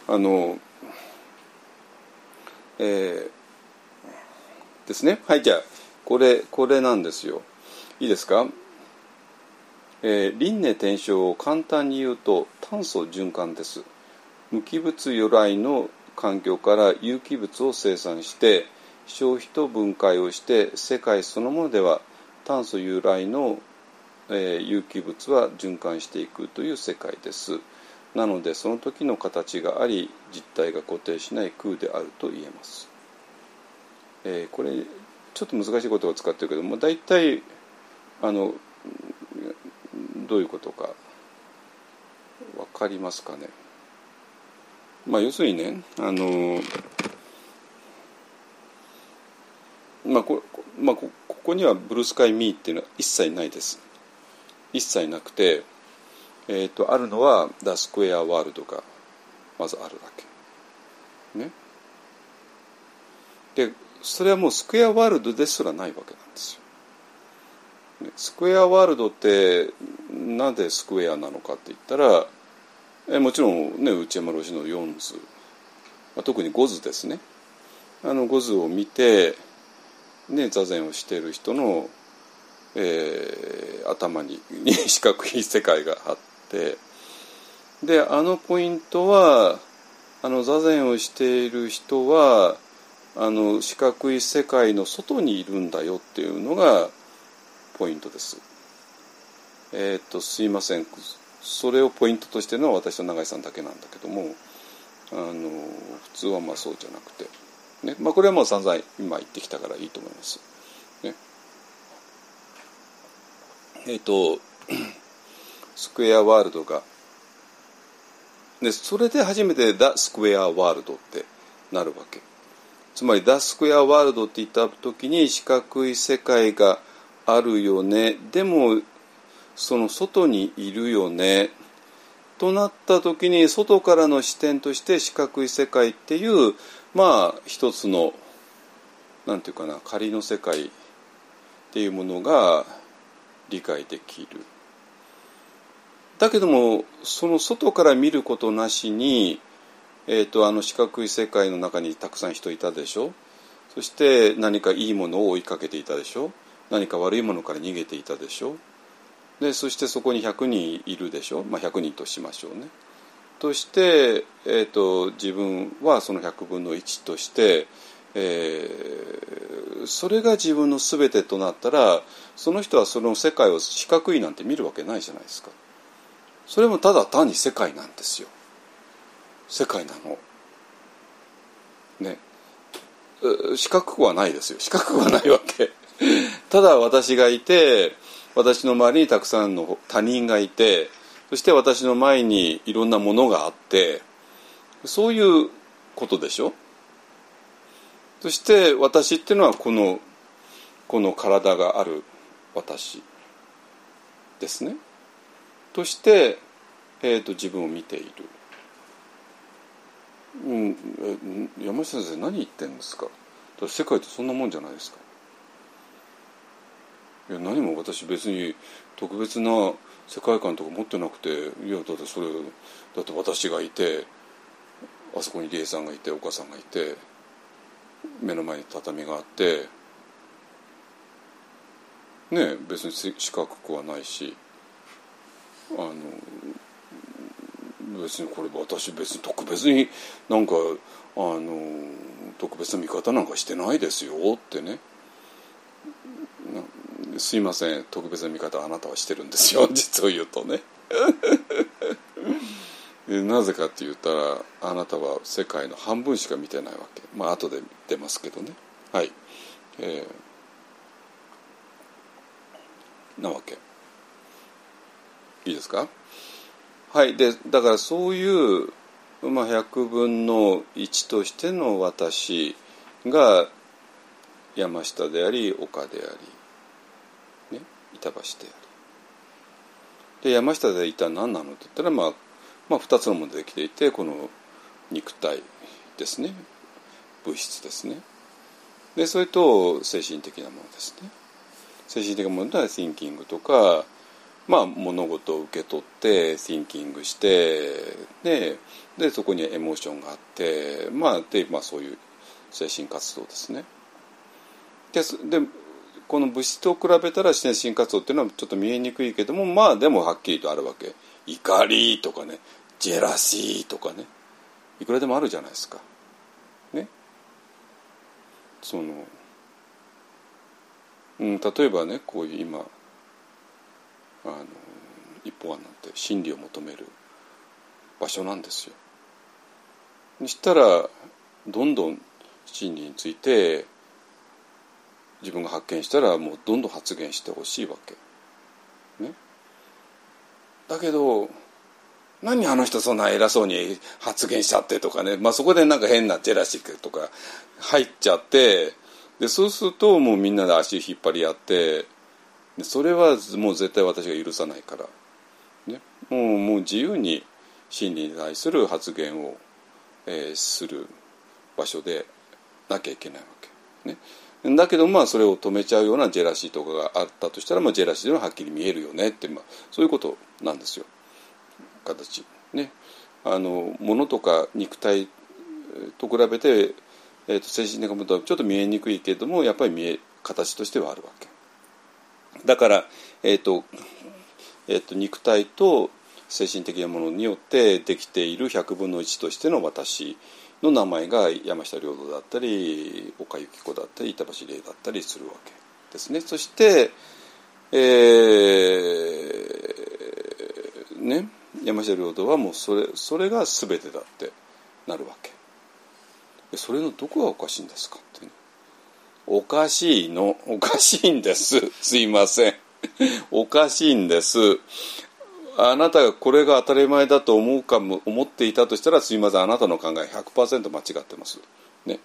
ですね。はい、じゃあこれなんですよ。いいですか。輪廻転生を簡単に言うと炭素循環です。無機物由来の環境から有機物を生産して消費と分解をして、世界そのものでは炭素由来の、有機物は循環していくという世界です。なのでその時の形があり実体が固定しない空であると言えます。これちょっちょっと難しい言葉を使ってるけども、大体どういうことか分かりますかね。要するにね、ここにはブルースカイミーっていうのは一切ないです。一切なくて、あるのはダスクエアワールドがまずあるだけね。でそれはもうスクエアワールドですらないわけなんですよ。スクエアワールドってなんでスクエアなのかって言ったら、もちろんね、内山老師の4図、特に5図ですね。5図を見て、ね、座禅をしている人の、頭に四角い世界があって、でポイントは座禅をしている人は四角い世界の外にいるんだよっていうのがポイントです。すいません、それをポイントとしてるのは私と永井さんだけなんだけども、普通はそうじゃなくて、ね、これはもう散々今言ってきたからいいと思います、ね。スクエアワールドがで、それで初めてダスクエアワールドってなるわけ。つまりダスクエアワールドって言った時に四角い世界があるよね、でもその外にいるよねとなった時に、外からの視点として四角い世界っていう一つのなんていうかな、仮の世界っていうものが理解できる。だけどもその外から見ることなしに、四角い世界の中にたくさん人いたでしょ。そして何かいいものを追いかけていたでしょ。何か悪いものから逃げていたでしょ。でそしてそこに100人いるでしょ。100人としましょうね。として、自分はその100分の1として、それが自分の全てとなったら、その人はその世界を四角いなんて見るわけないじゃないですか。それもただ単に世界なんですよ。世界なのね。四角くはないですよ。四角くはないわけ。ただ私がいて、私の周りにたくさんの他人がいて、そして私の前にいろんなものがあって、そういうことでしょ。そして私っていうのはこの体がある私ですね。として、自分を見ている。山下先生何言ってんですか。世界ってそんなもんじゃないですか。いや何も私別に特別な世界観とか持ってなくて、いやだって私がいて、あそこに理恵さんがいて、お母さんがいて、目の前に畳があってね、別に四角くはないし、別にこれ私別に特別になんか特別な見方なんかしてないですよってね。すいません、特別な見方あなたはしてるんですよ実を言うとねなぜかって言ったら、あなたは世界の半分しか見てないわけ。後で出ますけどね。はい、なわけ。いいですか。はい。でだからそういう100分の1としての私が山下であり岡であり、ね、板橋でありで、山下で一体何なのって言ったら、2つのものでできていて、この肉体ですね、物質ですね。でそれと精神的なものですね。精神的なものはthinkingとか、物事を受け取ってthinkingして、でそこにエモーションがあって、そういう精神活動ですね。でこの物質と比べたら精神活動っていうのはちょっと見えにくいけども、でもはっきりとあるわけ。怒りとかね、ジェラシーとかね、いくらでもあるじゃないですかね。例えばね、こういう今一方案なんて真理を求める場所なんですよ。にしたらどんどん真理について自分が発見したらもうどんどん発言してほしいわけ、ね、だけど何あの人そんな偉そうに発言しちゃってとかね、そこでなんか変なジェラシーとか入っちゃって、でそうするともうみんなで足引っ張り合って、でそれはもう絶対私が許さないから、ね、もう自由に真理に対する発言を、する場所でなきゃいけないわけ、ね、だけどそれを止めちゃうようなジェラシーとかがあったとしたら、ジェラシーでははっきり見えるよねって、そういうことなんですよ、形ね。物とか肉体と比べて、精神的なものとはちょっと見えにくいけれども、やっぱり形としてはあるわけだから、肉体と精神的なものによってできている100分の1としての私の名前が山下良道だったり岡由紀子だったり板橋玲だったりするわけですね。そして、山下良道はもうそれが全てだってなるわけ。それのどこがおかしいんですかって、ね、おかしいんです。すいませんおかしいんです。あなたがこれが当たり前だと思っていたとしたら、すいません、あなたの考え 100% 間違ってます、ね、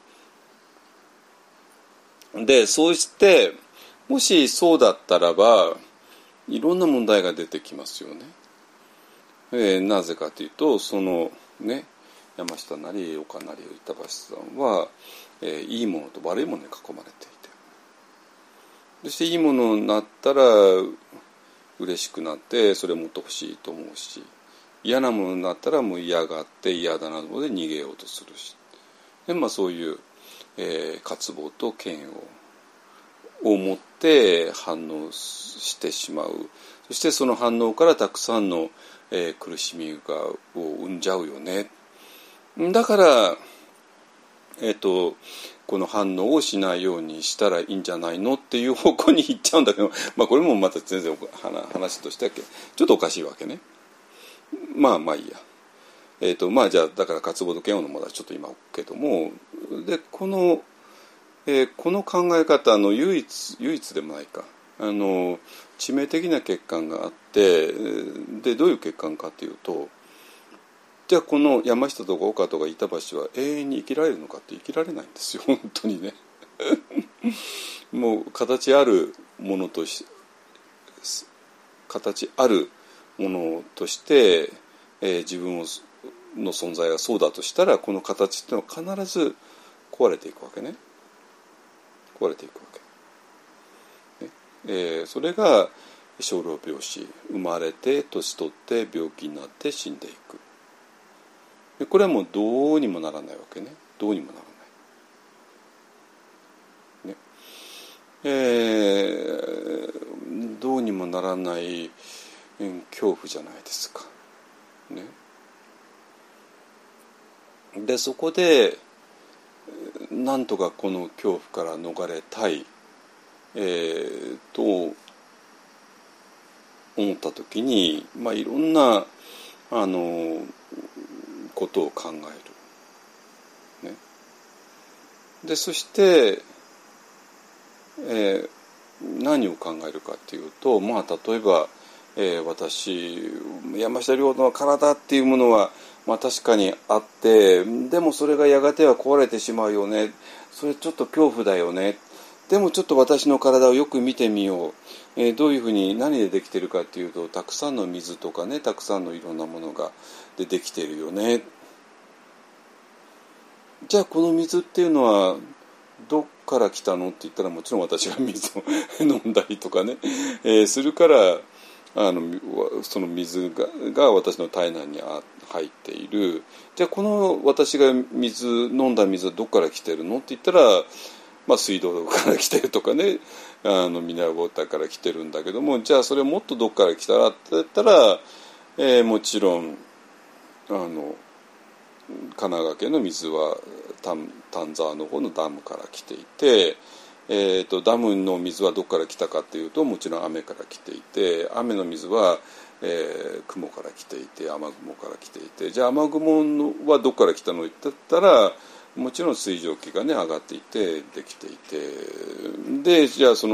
でそうしてもしそうだったらばいろんな問題が出てきますよね。なぜかというと山下なり岡なり板橋さんは、いいものと悪いものに囲まれていて、そしていいものになったら嬉しくなってそれもっと欲しいと思うし、嫌なものになったらもう嫌がって嫌だなので逃げようとするし、で、そういう、渇望と嫌悪を持って反応してしまう。そしてその反応からたくさんの、苦しみを生んじゃうよね。だから、この反応をしないようにしたらいいんじゃないのっていう方向に行っちゃうんだけど、これもまた全然話としてはちょっとおかしいわけね。いいや。じゃあだから渇望と嫌悪のものはちょっと今置くけども、でこの考え方の唯一でもないか、致命的な欠陥があって、でどういう欠陥かというと、じゃあこの山下とか岡とか板橋は永遠に生きられるのかって生きられないんですよ本当にねもう形あるものとして、自分の存在がそうだとしたら、この形っていうのは必ず壊れていくわけね。壊れていくわけ、それが生老病死、生まれて年取って病気になって死んでいく。これはもうどうにもならないわけね。どうにもならない、どうにもならない恐怖じゃないですか、ね、でそこでなんとかこの恐怖から逃れたい、と思った時に、いろんなことを考える、ね、でそして、何を考えるかっていうと、例えば、私山下良道の体っていうものは、確かにあって、でもそれがやがては壊れてしまうよね、それちょっと恐怖だよね、でもちょっと私の体をよく見てみよう、どういうふうに何でできてるかっていうと、たくさんの水とかね、たくさんのいろんなものができているよね。じゃあこの水っていうのはどっから来たのって言ったら、もちろん私が水を飲んだりとかね、するから、その水が私の体内に入っている。じゃあこの私が飲んだ水はどっから来てるのって言ったら、水道から来てるとかね、ミネラルウォーターから来てるんだけども、じゃあそれもっとどっから来たらって言ったら、もちろん神奈川県の水は丹沢の方のダムから来ていて、ダムの水はどこから来たかっていうと、もちろん雨から来ていて、雨の水は、雲から来ていて、雨雲から来ていて、じゃあ雨雲はどこから来たのって言ったら、 もちろん水蒸気がね上がっていてできていて、でじゃあ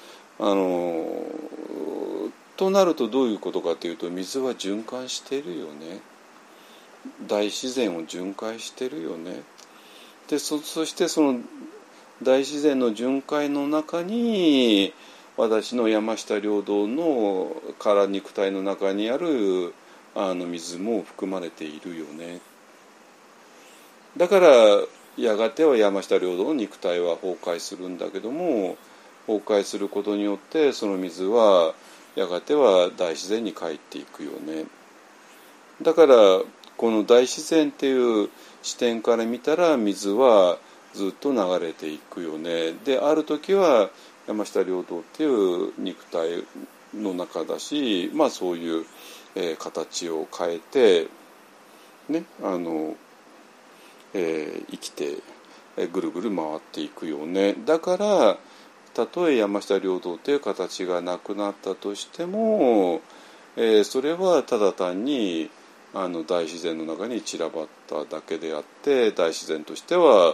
となるとどういうことかというと、水は循環しているよね。大自然を巡回してるよね。で そしてその大自然の巡回の中に私の山下領土の殻肉体の中にある水も含まれているよね。だからやがては山下領土の肉体は崩壊するんだけども、崩壊することによってその水はやがては大自然に帰っていくよね。だからこの大自然っていう視点から見たら水はずっと流れていくよね。である時は山下領土っていう肉体の中だし、まあそういう、形を変えてね、生きてぐるぐる回っていくよね。だからたとえ山下領土という形がなくなったとしても、それはただ単に大自然の中に散らばっただけであって、大自然としては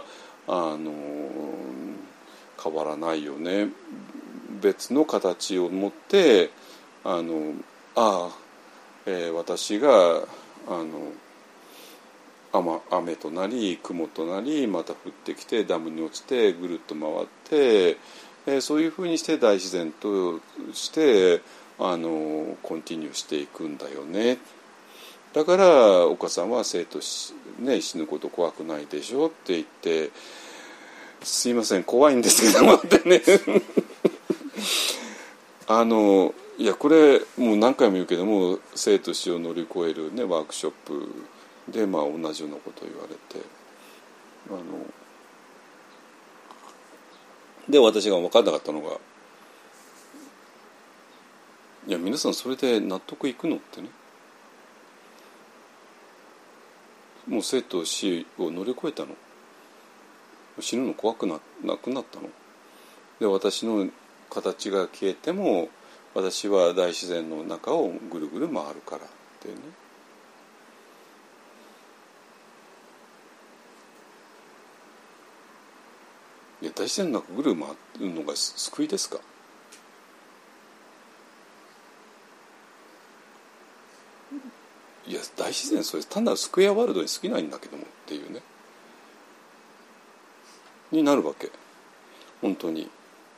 変わらないよね。別の形を持って私が雨となり雲となり、また降ってきてダムに落ちてぐるっと回って、そういうふうにして大自然としてコンティニューしていくんだよね。だからお母さんは生徒、ね、死ぬこと怖くないでしょって言って、すいません怖いんですけどもってねいやこれもう何回も言うけども、生と死を乗り越える、ね、ワークショップで、まあ、同じようなことを言われて、で私が分からなかったのが、いや皆さんそれで納得いくのってね、もう生と死を乗り越えたの、死ぬの怖くなくなったので、私の形が消えても私は大自然の中をぐるぐる回るからっていうね。いや大自然の中ぐるぐる回るのが救いですか。いや大自然それ単なるスクエアワールドに過ぎないんだけどもっていうねになるわけ。本当に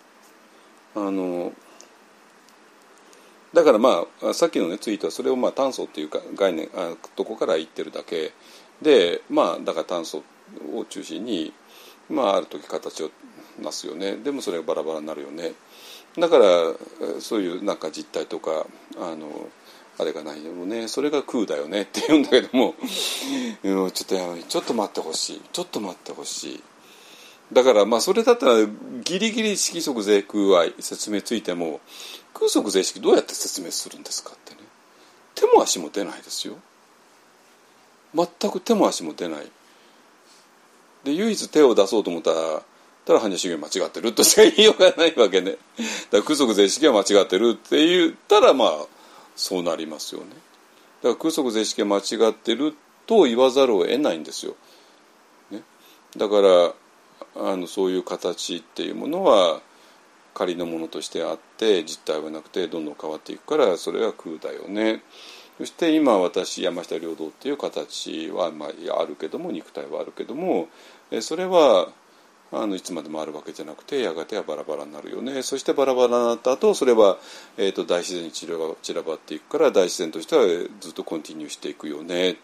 だからまあさっきのねツイートはそれをまあ炭素っていうか概念とこから言ってるだけで、まあだから炭素を中心にまあある時形をなすよね。でもそれがバラバラになるよね。だからそういうなんか実体とかあれがないよね、それが空だよねって言うんだけどもちょっと待ってほしい、ちょっと待ってほしい。だからまあそれだったらギリギリ色即是空は説明ついても、空即是色どうやって説明するんですかってね。手も足も出ないですよ。全く手も足も出ない。で唯一手を出そうと思ったら般若修行間違ってるとしか言いようがないわけね。だから空即是色は間違ってるって言ったらまあそうなりますよね。だから空即是色が間違ってると言わざるを得ないんですよ、ね、だからそういう形っていうものは仮のものとしてあって実体はなくてどんどん変わっていくから、それは空だよね。そして今私山下領土っていう形はまああるけども、肉体はあるけども、それはいつまでもあるわけじゃなくてやがてはバラバラになるよね。そしてバラバラになった後それは、大自然に散らばっていくから大自然としてはずっとコンティニューしていくよね。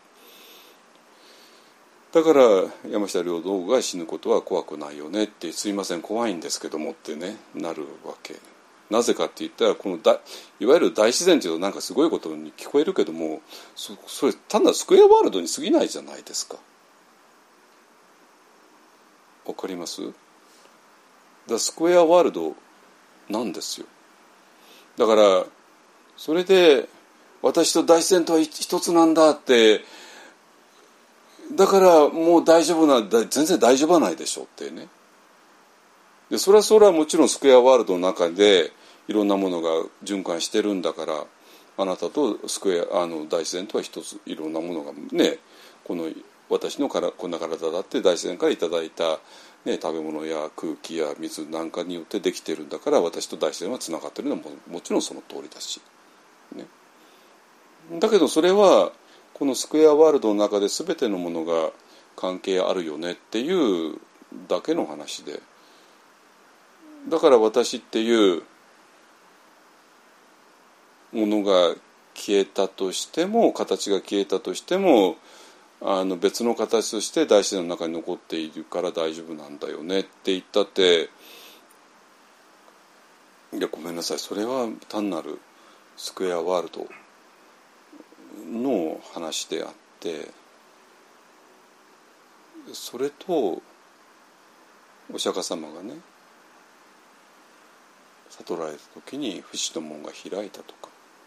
だから山下領土が死ぬことは怖くないよねって、すいません怖いんですけどもってねなるわけ。なぜかって言ったらこのいわゆる大自然っていうとなんかすごいことに聞こえるけども、それ単なるスクエアワールドに過ぎないじゃないですか。わかります？スクエアワールドなんですよ。だからそれで私と大自然とは一つなんだって、だからもう大丈夫な、全然大丈夫はないでしょってね。でそれはもちろんスクエアワールドの中でいろんなものが循環してるんだから、あなたと大自然とは一つ、いろんなものがねこの私のこんな体だって大自然からいただいた、ね、食べ物や空気や水なんかによってできているんだから、私と大自然はつながっているのは もちろんその通りだし、ね、だけどそれはこのスクエアワールドの中で全てのものが関係あるよねっていうだけの話で、だから私っていうものが消えたとしても、形が消えたとしても、別の形として大自然の中に残っているから大丈夫なんだよねって言ったって、いやごめんなさい、それは単なるスクエアワールドの話であって、それとお釈迦様がね悟られた時に不死の門が開いたとか、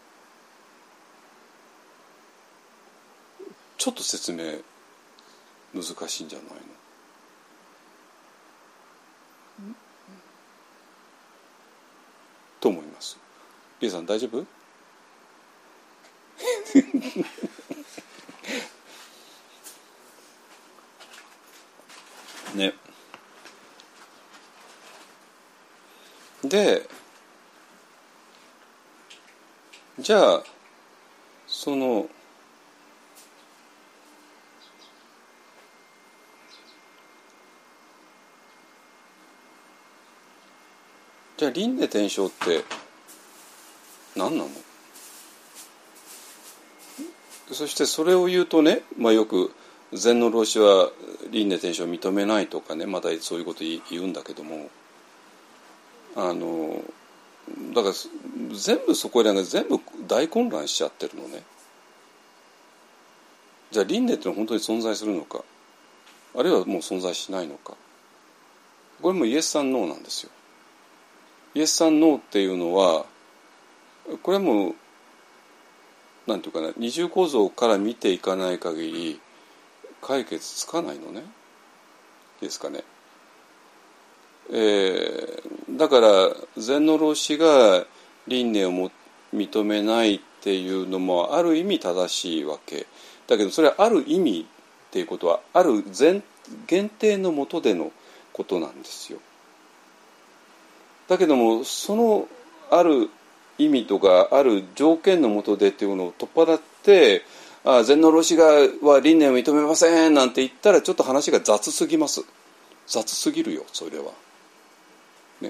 ちょっと説明難しいんじゃないの？と思います。リエさん大丈夫？ね。で、じゃあじゃあ輪廻転生って何なの？そしてそれを言うとね、よく禅の老子は輪廻転生を認めないとかね、またそういうこと言うんだけども、だから全部そこらが全部大混乱しちゃってるのね。じゃあ輪廻ってのは本当に存在するのか、あるいはもう存在しないのか、これもイエスさんノーなんですよ。イエスさんノーっていうのは、これはもうなんていうかな、二重構造から見ていかない限り解決つかないのね。ですかね。だから禅の老子が輪廻を認めないっていうのもある意味正しいわけだけど、それはある意味っていうことはある限定のもとでのことなんですよ。だけどもそのある意味とかある条件のもとでっていうのを取っ払って、禅の老子は輪廻を認めませんなんて言ったらちょっと話が雑すぎます。雑すぎるよそれは、ね、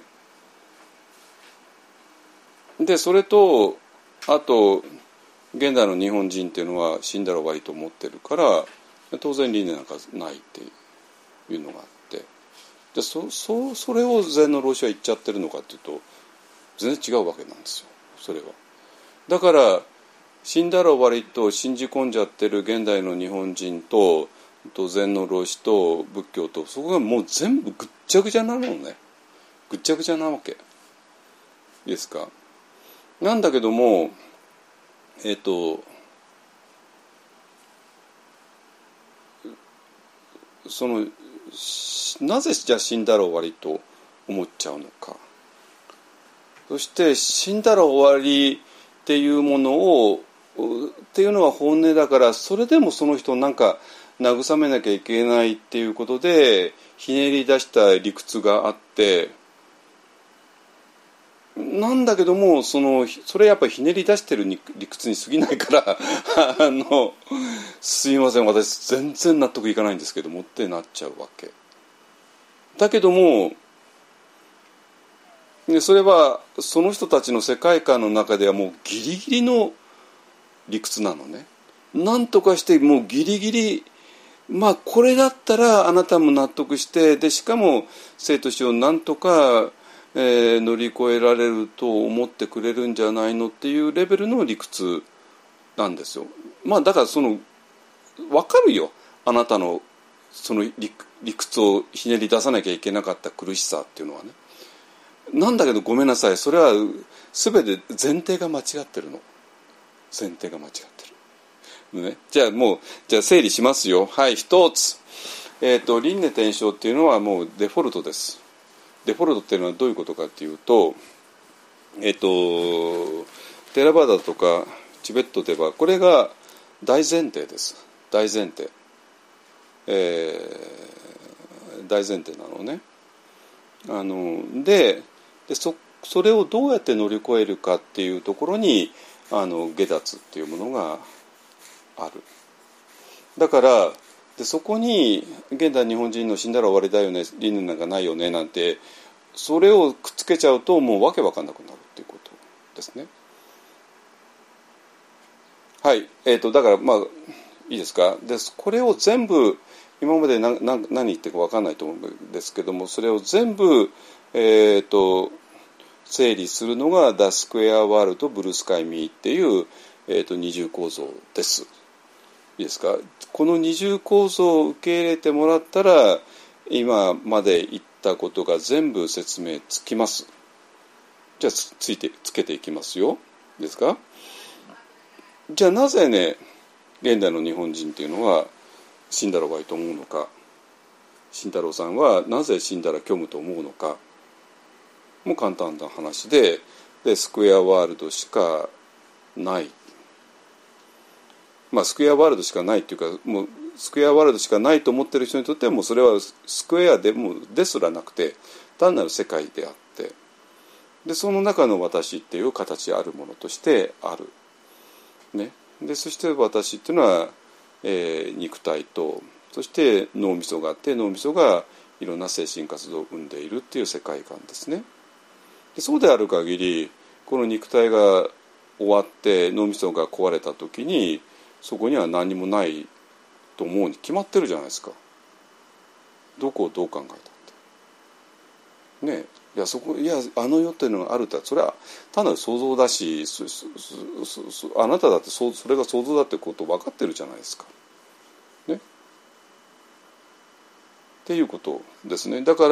でそれとあと現代の日本人っていうのは死んだら終わりと思ってるから、当然輪廻なんかないっていうのがあって、でそれを禅の老子は言っちゃってるのかっていうと全然違うわけなんですよ。それはだから死んだら終わりと信じ込んじゃってる現代の日本人と禅の老子と仏教と、そこがもう全部ぐっちゃぐちゃなのね。ぐっちゃぐちゃなわけですか。なんだけどもなぜじゃあ死んだら終わりと思っちゃうのか。そして死んだら終わりっていうものをっていうのは本音だから、それでもその人をなんか慰めなきゃいけないっていうことでひねり出した理屈があって、なんだけどもそれやっぱりひねり出してる理屈に過ぎないからすいません私全然納得いかないんですけどもってなっちゃうわけだけども、それはその人たちの世界観の中ではもうギリギリの理屈なのね。なんとかしてもうギリギリ、これだったらあなたも納得して、でしかも生と死をなんとか、乗り越えられると思ってくれるんじゃないのっていうレベルの理屈なんですよ。だから分かるよ、あなたのその理屈をひねり出さなきゃいけなかった苦しさっていうのはね。なんだけどごめんなさい、それは全て前提が間違ってるの。前提が間違ってる、ね、じゃあ整理しますよ。はい、一つ、輪廻転生っていうのはもうデフォルトです。デフォルトっていうのはどういうことかっていうと、テラバーダとかチベットではこれが大前提です。大前提大前提なのね。でそれをどうやって乗り越えるかっていうところに解脱っていうものがある。だからそこに現代日本人の死んだら終わりだよね、理念なんかないよねなんて、それをくっつけちゃうともうわけわかんなくなるっていうことですね。はい、だからまあいいですか。でこれを全部今まで何言ってるかわかんないと思うんですけども、それを全部整理するのがThe Square World Blue Sky Meっていう、二重構造です。いいですか。この二重構造を受け入れてもらったら今まで言ったことが全部説明つきます。じゃあつけていきますよ。いいですか。じゃあなぜね現代の日本人っていうのは死んだら終わりと思うのか、慎太郎さんはなぜ死んだら虚無と思うのかも簡単な話で、スクエアワールドしかない、まあスクエアワールドしかないっていうか、もうスクエアワールドしかないと思ってる人にとってはもうそれはスクエアですらなくて単なる世界であって、でその中の私っていう形あるものとしてある、ね、でそして私っていうのは、肉体とそして脳みそがあって、脳みそがいろんな精神活動を生んでいるっていう世界観ですね。でそうである限りこの肉体が終わって脳みそが壊れた時にそこには何もないと思うに決まってるじゃないですか。どこをどう考えたってね。いやあの世っていうのがあるって、それは単なる想像だし、あなただってそれが想像だってこと分かってるじゃないですかね。っていうことですね。だから、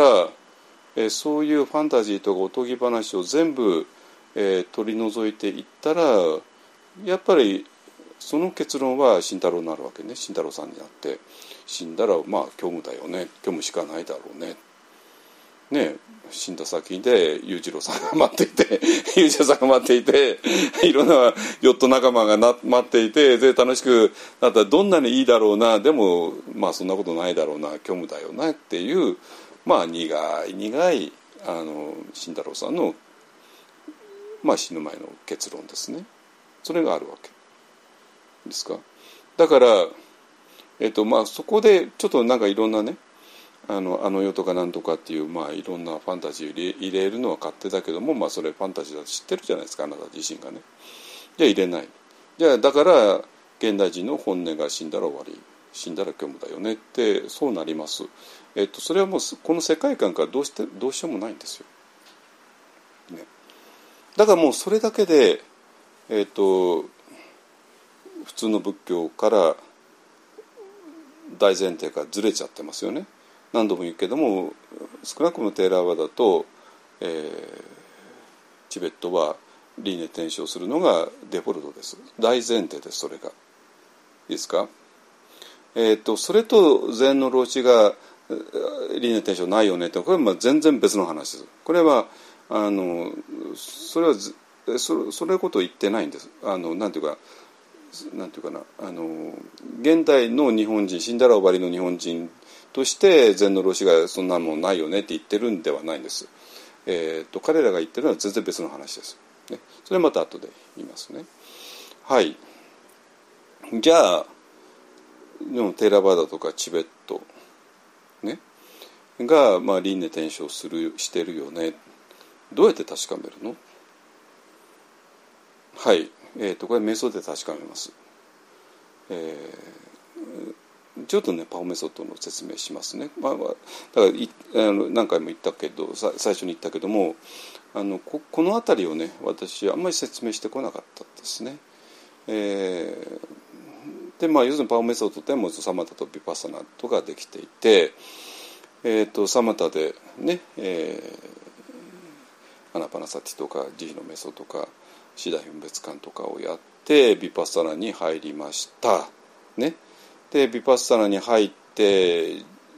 そういうファンタジーとかおとぎ話を全部、取り除いていったらやっぱりその結論は慎太郎になるわけね。慎太郎さんになって、死んだらまあ虚無だよね、虚無しかないだろうね。ね、死んだ先で裕次郎さんが待っていて裕次郎さんが待っていていろんなヨット仲間が待っていて、で楽しくなったらどんなにいいだろうな、でもまあそんなことないだろうな、虚無だよなっていう、まあ苦い慎太郎さんの、まあ、死ぬ前の結論ですね。それがあるわけですか。だから、まあ、そこでちょっとなんかいろんなね、あの世とかなんとかっていう、まあ、いろんなファンタジーを入れるのは勝手だけども、まあ、それファンタジーだと知ってるじゃないですか、あなた自身がね。じゃあ入れない。じゃあだから現代人の本音が死んだら終わり、死んだら虚無だよねって、そうなります。それはもうこの世界観からどうしようもないんですよ、ね。だからもうそれだけで、普通の仏教から大前提がずれちゃってますよね。何度も言うけども、少なくともテーラワダと、チベットは輪廻転生するのがデフォルトです。大前提です。それがいいですか。それと禅の老子が輪廻転生ないよねって、これはまあ全然別の話です。これはそれのことを言ってないんです。なんていうかな、現代の日本人、死んだら終わりの日本人として禅の老子がそんなもんないよねって言ってるんではないんです。彼らが言ってるのは全然別の話です、ね。それまた後で言いますね。はい。じゃあでもテーラバーダとかチベット、ね、が、まあ、輪廻転生してるよね。どうやって確かめるの？はい。これ瞑想で確かめます。ちょっとねパオメソッドの説明しますね。だから何回も言ったけど、最初に言ったけども、この辺りをね私あんまり説明してこなかったですね。でまあ要するにパオメソッドでもサマタとビパッサナとかできていて、サマタでね、アナパナサティとか慈悲の瞑想とか四大分別観とかをやってビパッサナに入りましたね。でビパッサナに入って、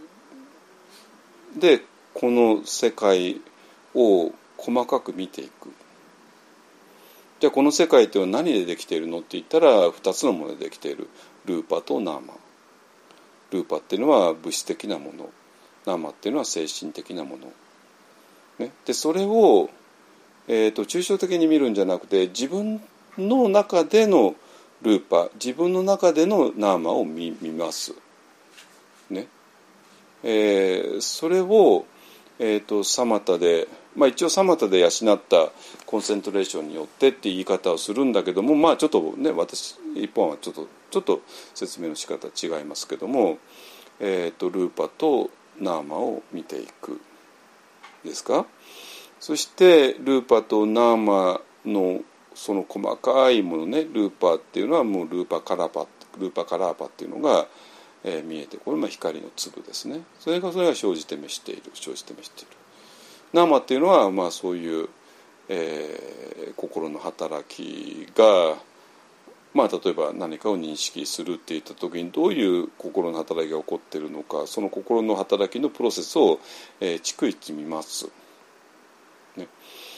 でこの世界を細かく見ていく。じゃあこの世界って何でできているのって言ったら2つのものでできている。ルーパとナーマルーパっていうのは物質的なもの、ナーマっていうのは精神的なもの、ね、でそれを、抽象的に見るんじゃなくて、自分の中でのルーパ、自分の中でのナーマを見ます、ね。それを、サマタで、一応サマタで養ったコンセントレーションによってって言い方をするんだけども、ちょっとね、私一本はちょっと説明の仕方違いますけども、ルーパとナーマを見ていくですか。そしてルーパとナーマのその細かいものね、ルーパっていうのはもうルーパカラーパっていうのが、見えて、これも光の粒ですね。それが生じて召している。ナーマっていうのはそういう、心の働きが、例えば何かを認識するっていった時にどういう心の働きが起こっているのか、その心の働きのプロセスを、逐一見ます、ね。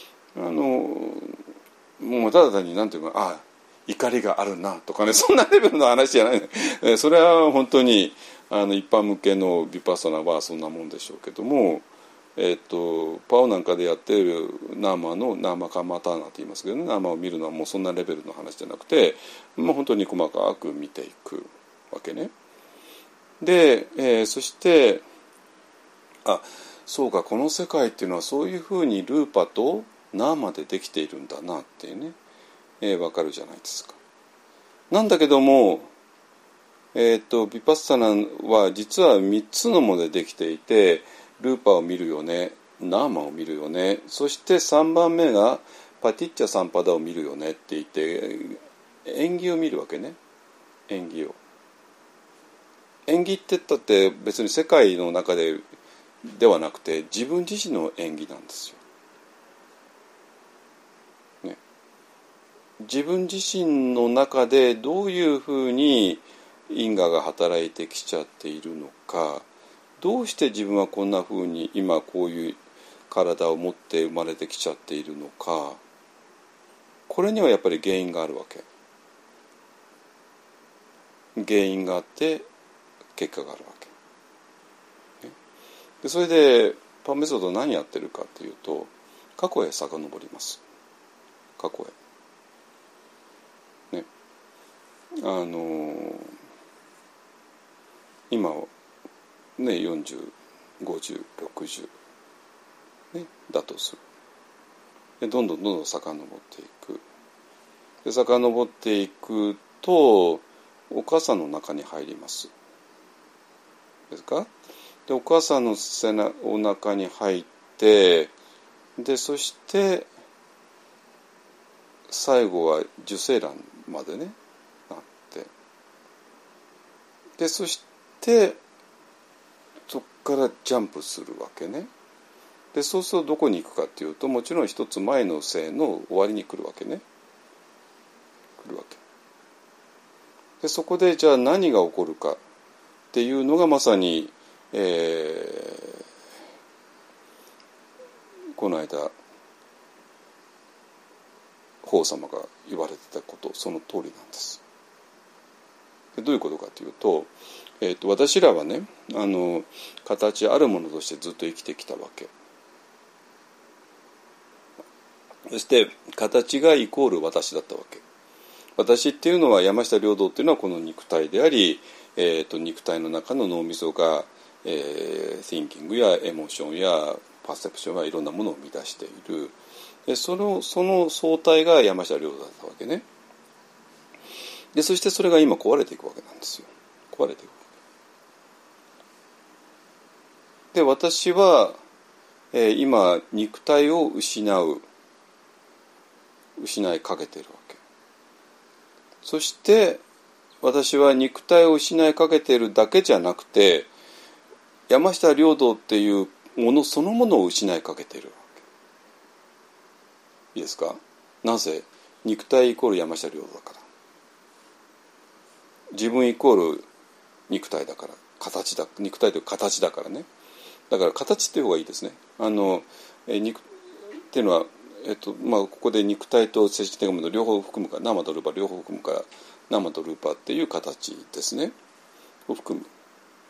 もうただ単に何ていうか、怒りがあるなとかね、そんなレベルの話じゃないね。それは本当に一般向けのヴィパッサナはそんなもんでしょうけども、パオなんかでやっているナーマカマターナって言いますけどね、ナーマを見るのはもうそんなレベルの話じゃなくて、本当に細かく見ていくわけね。で、そしてそうか、この世界っていうのはそういうふうにルーパとナーマでできているんだなっていうね、わかるじゃないですか。なんだけども、ヴィパッサナは実は3つのものでできていて、ルーパを見るよね、ナーマを見るよね、そして3番目がパティッチャサンパダを見るよねって言って、縁起を見るわけね。縁起って言ったって別に世界の中ではなくて、自分自身の縁起なんですよ。自分自身の中でどういうふうに因果が働いてきちゃっているのか、どうして自分はこんなふうに今こういう体を持って生まれてきちゃっているのか、これにはやっぱり原因があるわけ。原因があって結果があるわけ。でそれでパンメソッドは何やってるかというと、過去へ遡ります。過去へ。今ね、40、50、60、ね、だとする。でどんどん遡っていく。で遡っていくとお母さんの中に入りますですか。でお母さんのお腹に入って、でそして最後は受精卵までねなって、でそしてそこからジャンプするわけね。でそうするとどこに行くかっていうと、もちろん一つ前の生の終わりに来るわけね。でそこでじゃあ何が起こるかっていうのがまさに、この間法様が言われてたこと、その通りなんです。でどういうことかというと、私らはね、形あるものとしてずっと生きてきたわけ。そして形がイコール私だったわけ。私っていうのは山下領土っていうのはこの肉体であり、肉体の中の脳みそが、thinking やエモーションやパーセプションやいろんなものを生み出している。でその相対が山下領土だったわけね。でそしてそれが今壊れていくわけなんですよ。壊れていく。で私は、今肉体を失いかけているわけ。そして私は肉体を失いかけているだけじゃなくて、山下領土っていうものそのものを失いかけているわけ。いいですか。なぜ？肉体イコール山下領土だから。自分イコール肉体だから、肉体という形だからね。だから形っていう方がいいですね。肉っていうのは、ここで肉体と精神的なもの両方含むから、生とルーパ両方含むから、生とルーパっていう形ですねを含む。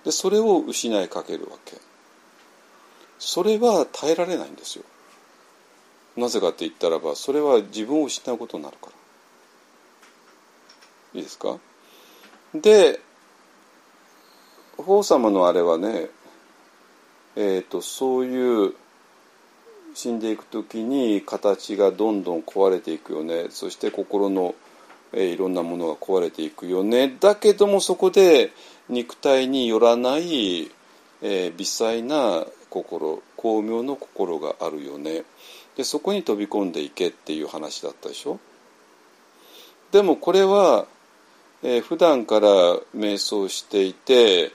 でそれを失いかけるわけ。それは耐えられないんですよ。なぜかって言ったらば、それは自分を失うことになるから。いいですか。で法様のあれはね、そういう死んでいくときに形がどんどん壊れていくよね。そして心の、いろんなものが壊れていくよね。だけどもそこで肉体によらない、微細な心、巧妙の心があるよね。でそこに飛び込んでいけっていう話だったでしょ。でもこれは、普段から瞑想していて、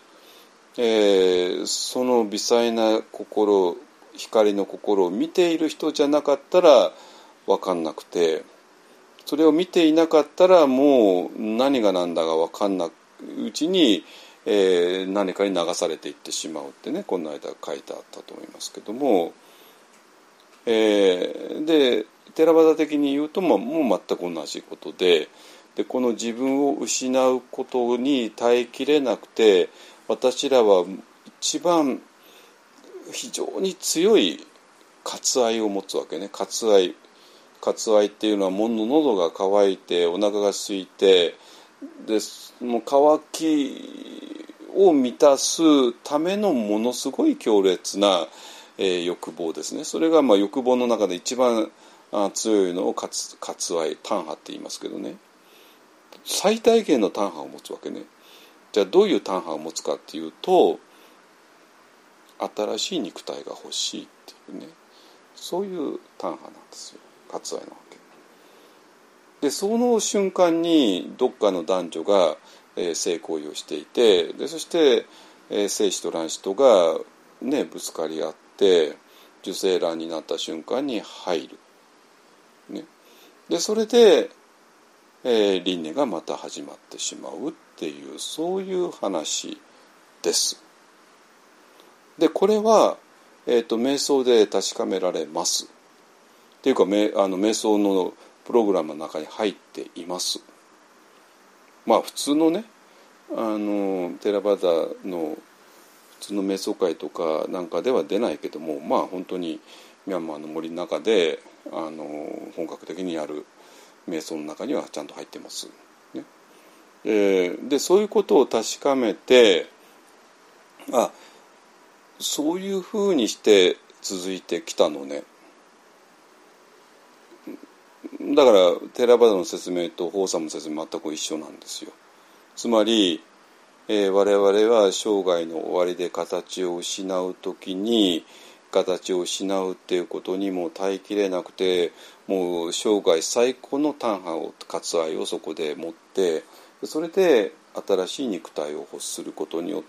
その微細な心、光の心を見ている人じゃなかったら分かんなくて、それを見ていなかったらもう何が何だか分かんないうちに、何かに流されていってしまうってね、この間書いてあったと思いますけども、でテラバダ的に言うと、もう全く同じことで、この自分を失うことに耐えきれなくて、私らは一番非常に強い渇愛を持つわけね。渇愛っていうのは、喉が渇いてお腹が空いて、でもう渇きを満たすためのものすごい強烈な、欲望ですね。それが欲望の中で一番強いのを渇愛、タンハって言いますけどね。最大限のタンハを持つわけね。じゃあどういうタンハを持つかっていうと、新しい肉体が欲しいっていうね、そういうタンハなんですよ。渇愛なわけで、その瞬間にどっかの男女が、性行為をしていて、でそして、精子と卵子とが、ね、ぶつかり合って受精卵になった瞬間に入る、ね、でそれで、輪廻がまた始まってしまうっていう、そういう話です。でこれは、瞑想で確かめられますっていうか、瞑想のプログラムの中に入っています。普通のね、テラバダの普通の瞑想会とかなんかでは出ないけども、本当にミャンマーの森の中で本格的にやる瞑想の中にはちゃんと入ってます、ね。でそういうことを確かめて、そういうふうにして続いてきたのね。だからテラバダの説明と法様の説明全く一緒なんですよ。つまり、我々は生涯の終わりで形を失うときに、形を失うっていうことにも耐えきれなくて、もう生涯最高のタンハを、渇愛をそこで持って、それで新しい肉体を欲することによって、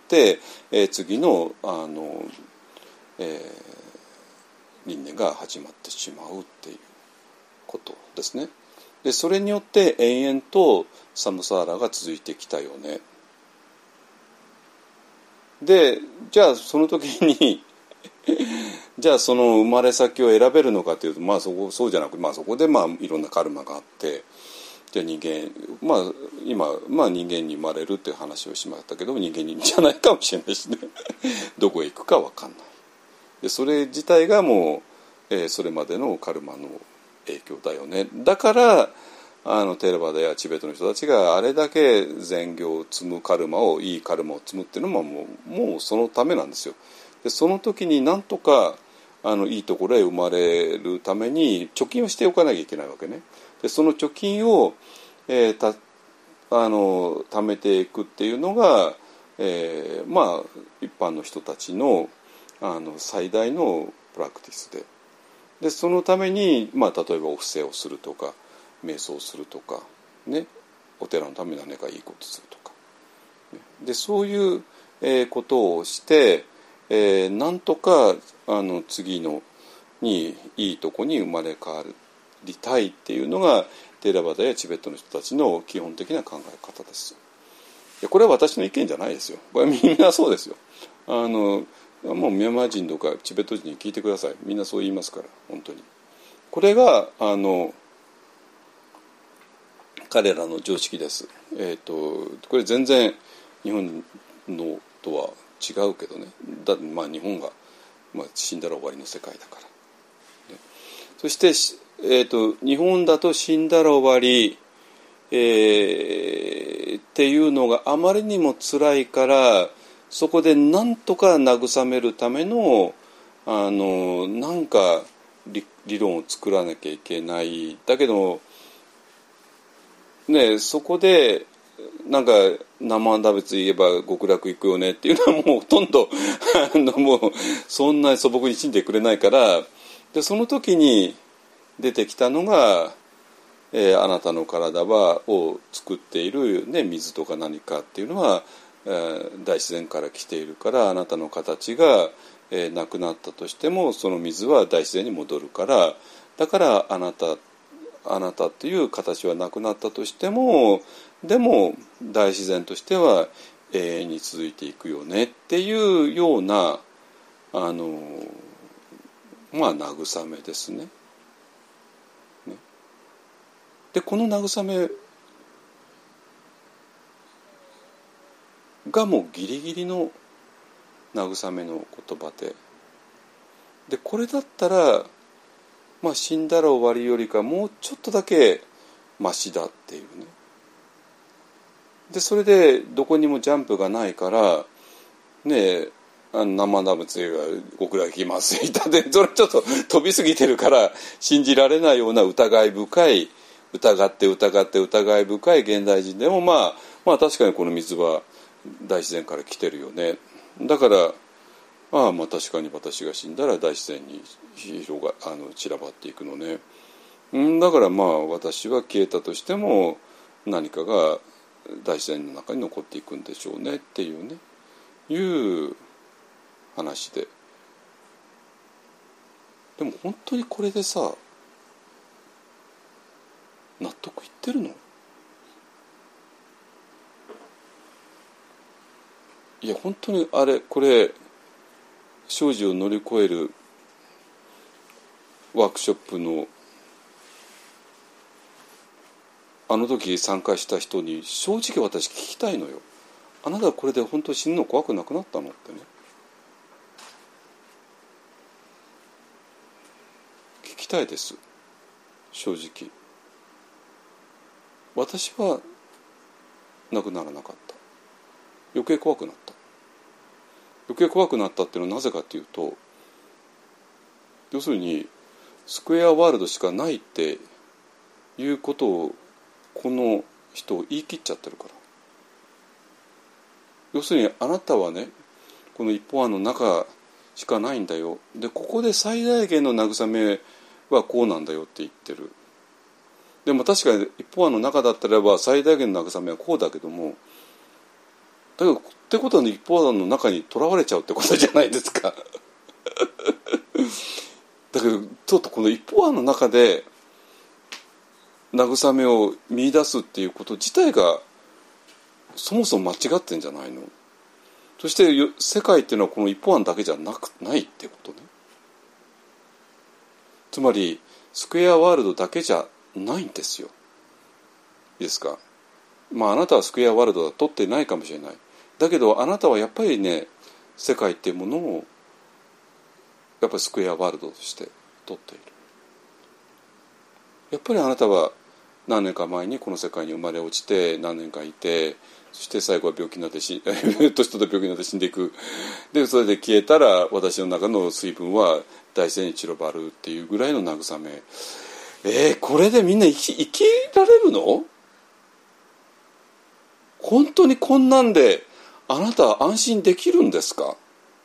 次の輪廻が始まってしまうっていうことですね。でそれによって延々とサムサーラが続いてきたよね。でじゃあその時にじゃあその生まれ先を選べるのかというと、そうじゃなく、そこでいろんなカルマがあって、じゃあ人間、今、人間に生まれるっていう話をしましたけど、人間にじゃないかもしれないしねどこへ行くか分かんない。でそれ自体がもう、それまでのカルマの影響だよね。だからテラバダやチベットの人たちがあれだけ善行を積むカルマを、いいカルマを積むっていうのももうそのためなんですよ。でその時になんとかいいところへ生まれるために貯金をしておかなきゃいけないわけね。でその貯金を、貯めていくっていうのが、一般の人たちの最大のプラクティスで、そのために、例えばお布施をするとか瞑想するとかね、お寺のために何かいいことするとか、でそういう、ことをして、なんとか次のにいいとこに生まれ変わりたいっていうのがテラバダやチベットの人たちの基本的な考え方です。これは私の意見じゃないですよ。これはみんなそうですよ。もうミャンマー人とかチベット人に聞いてください。みんなそう言いますから、本当に。これが彼らの常識です。これ全然日本のとは違うけどね。まあ日本が、死んだら終わりの世界だから、ね、そして、日本だと死んだら終わり、っていうのがあまりにも辛いから、そこでなんとか慰めるためのなんか理論を作らなきゃいけない。だけどね、そこでなんか生食べつ言えば極楽行くよねっていうのはもうほとんどもうそんなに素朴に信じてくれないから、でその時に出てきたのが、あなたの体を作っている、ね、水とか何かっていうのは、大自然から来ているから、あなたの形が、なくなったとしてもその水は大自然に戻るから、だからあなたっていう形はなくなったとしても、でも大自然としては永遠に続いていくよねっていうような慰めですね。でこの慰めがもうギリギリの慰めの言葉で、これだったら、死んだら終わりよりかもうちょっとだけマシだっていうね。でそれでどこにもジャンプがないからね、生ダムつゆが極楽行きますみたいな、それちょっと飛びすぎてるから信じられないような疑い深い、疑って疑い深い現代人でも確かにこの水は大自然から来てるよね。だから確かに私が死んだら大自然に散らばっていくのね。だから私は消えたとしても何かが大自然の中に残っていくんでしょうねっていうね、いう話で。でも本当にこれでさ、納得いってるの？いや本当にこれ生死を乗り越えるワークショップのあの時参加した人に正直私聞きたいのよ。あなたはこれで本当に死ぬの怖くなくなったのってね、聞きたいです。正直私はなくならなかった。余計怖くなった。余計怖くなったっていうのはなぜかというと、要するにスクエアワールドしかないっていうことをこの人を言い切っちゃってるから。要するにあなたはね、この一方案の中しかないんだよ。でここで最大限の慰めはこうなんだよって言ってる。でも確かに一方案の中だったらば最大限の慰めはこうだけども、だけどってことは一方案の中にとらわれちゃうってことじゃないですかだけどちょっとこの一方案の中で慰めを見出すっていうこと自体がそもそも間違ってんじゃないの。そして世界っていうのはこの一方案だけじゃないってことね。つまりスクエアワールドだけじゃないんですよ。いいですか。あなたはスクエアワールドは取ってないかもしれない。だけどあなたはやっぱりね、世界っていうものをやっぱりスクエアワールドとして取っている。やっぱりあなたは何年か前にこの世界に生まれ落ちて何年かいて、そして最後は病気になって年取った病気になって死んでいく。でそれで消えたら私の中の水分は大自然に散らばるっていうぐらいの慰め。これでみんな生きられるの？本当にこんなんであなたは安心できるんですか？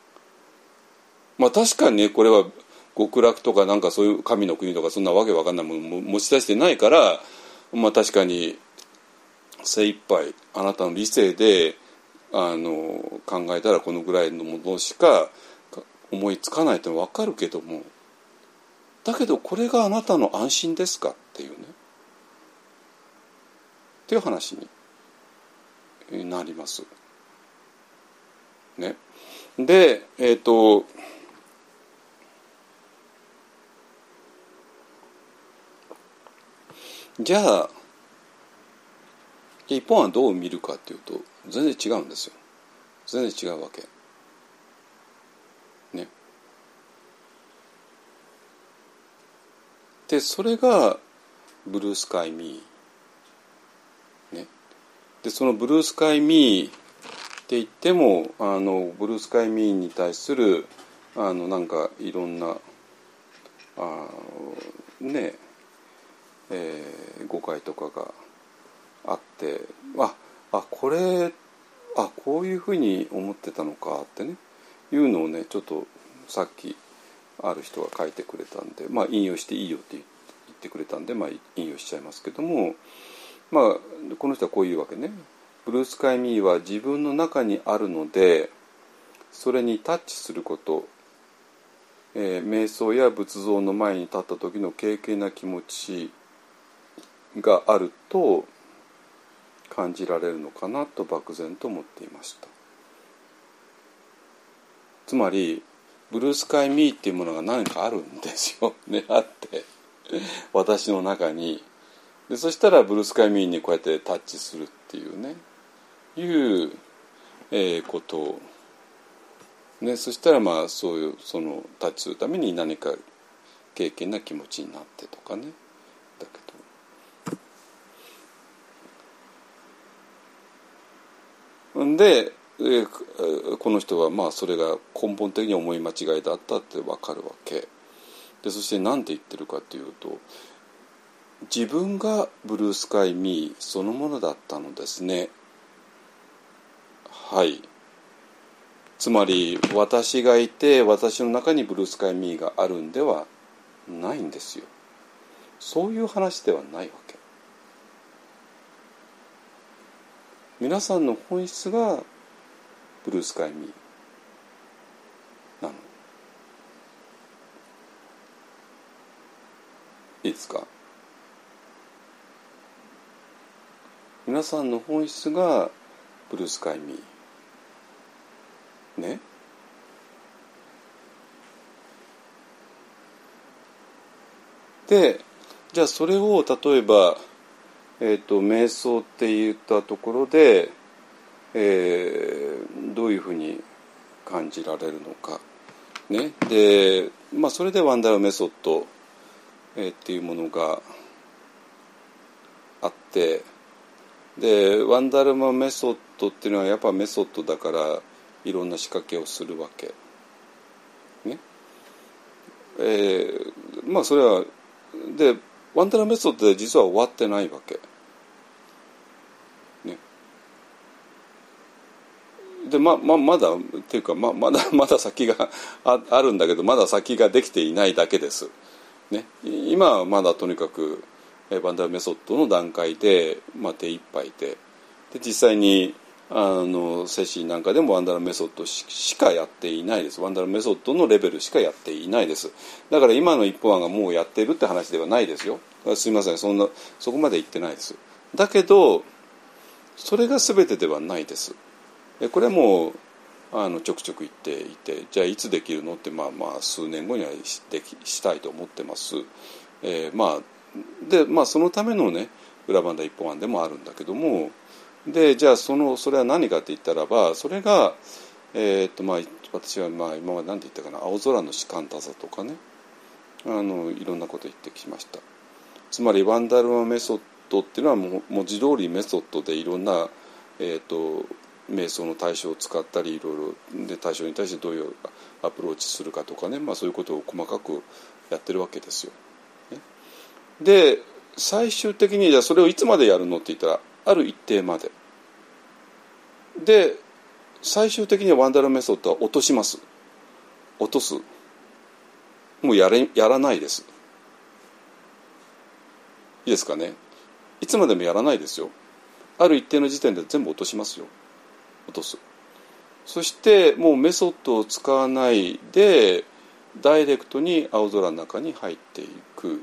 確かにね、これは極楽とかなんかそういう神の国とかそんなわけわかんないものも持ち出してないから、確かに精一杯あなたの理性で考えたらこのぐらいのものしか思いつかないってのは分かるけども、だけどこれがあなたの安心ですかっていうね、っていう話になりますね。でじゃあ一本はどう見るかっていうと全然違うんですよ。全然違うわけでそれがブルースカイミー、ね、でそのブルースカイミーって言ってもブルースカイミーに対するなんかいろんなね誤解とかがあってこれこういうふうに思ってたのかってねいうのをねちょっとさっきある人が書いてくれたんで、引用していいよって言ってくれたんで、引用しちゃいますけども、この人はこういうわけね。ブルースカイミーは自分の中にあるのでそれにタッチすること、瞑想や仏像の前に立った時の軽々な気持ちがあると感じられるのかなと漠然と思っていました。つまりブルースカイミーっていうものが何かあるんですよね。あって私の中にでそしたらブルースカイミーにこうやってタッチするっていうねいう、ことをね、そしたらそういうそのタッチするために何か経験な気持ちになってとかね。だけどで、この人はそれが根本的に思い間違いだったって分かるわけで、そして何て言ってるかというと自分がブルースカイミーそのものだったのですね。はい、つまり私がいて私の中にブルースカイミーがあるんではないんですよ。そういう話ではないわけ。皆さんの本質がブルースカイミーなの。いいですか。皆さんの本質がブルースカイミーね。でじゃあそれを例えば、瞑想って言ったところで、どういうふうに感じられるのか、ね。で、それでワンダラメソッド、っていうものがあってでワンダルマメソッドっていうのはやっぱメソッドだからいろんな仕掛けをするわけね。それはでワンダルマメソッドで実は終わってないわけね。でまだっていうかまだ先があるんだけどまだ先ができていないだけですね。今はまだとにかくワンダルメソッドの段階で、手一杯で実際にセシなんかでもワンダルメソッドしかやっていないです。ワンダルメソッドのレベルしかやっていないです。だから今の一本案がもうやっているって話ではないですよ。すみません、そこまで言ってないです。だけどそれが全てではないです。これはもうちょくちょく言っていて、じゃあいつできるのって数年後にはしたいと思ってます。でそのためのね裏バンダ一本案でもあるんだけども、でじゃあそれは何かって言ったらばそれが私は今まで何て言ったかな、青空の士官多座とかねいろんなこと言ってきました。つまりワンダルマメソッドっていうのは文字通りメソッドでいろんな瞑想の対象を使ったりいろいろで対象に対してどういうアプローチするかとかね、そういうことを細かくやってるわけですよ。で最終的にじゃあそれをいつまでやるのって言ったらある一定までで最終的にはワンダルメソッドは落とします。落とす。もうやらないです。いいですかね。いつまでもやらないですよ。ある一定の時点で全部落としますよ。落とす。そしてもうメソッドを使わないでダイレクトに青空の中に入っていく、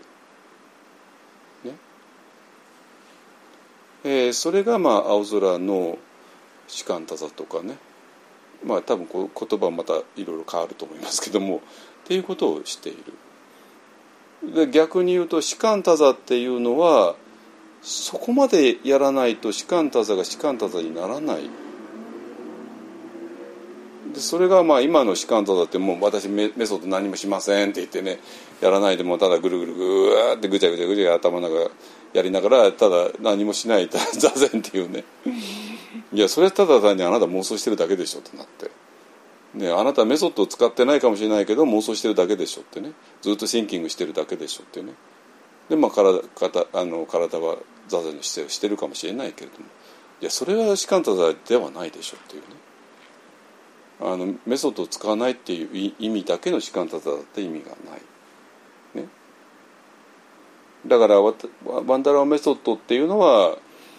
ね。それが青空の士官多座とかね、多分言葉はまたいろいろ変わると思いますけどもっていうことをしている。で逆に言うと士官多座っていうのはそこまでやらないと士官多座が士官多座にならない。 でそれがまあ今の士官座だってもう私メソッド何もしませんって言ってね、やらないでもただぐるぐるぐーってぐちゃぐちゃぐちゃ頭の中やりながらただ何もしない座禅っていうね、いやそれはただ単にあなた妄想してるだけでしょってなって、ね、あなたメソッドを使ってないかもしれないけど妄想してるだけでしょってね、ずっとシンキングしてるだけでしょってね、でまあ体は座禅の姿勢をしてるかもしれないけれども、いやそれは士官座ではないでしょっていうね、メソッドを使わないっていう意味だけの士官座だって意味がない、ね、だからワンダラメソッドっていうのは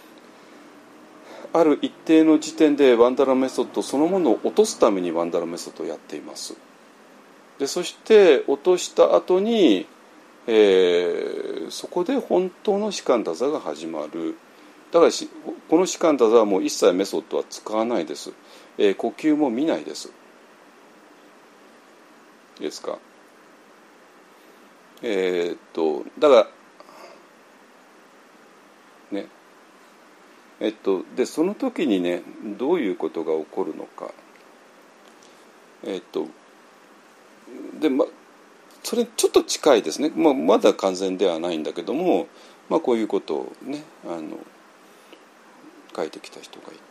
ある一定の時点でワンダラメソッドそのものを落とすためにワンダラメソッドをやっています。でそして落とした後に、そこで本当の士官座が始まる。だからこの士官座はもう一切メソッドは使わないです。呼吸も見ないです。いいですか。だからね、でその時にねどういうことが起こるのか、でそれちょっと近いですね、まだ完全ではないんだけども、こういうことをね書いてきた人がい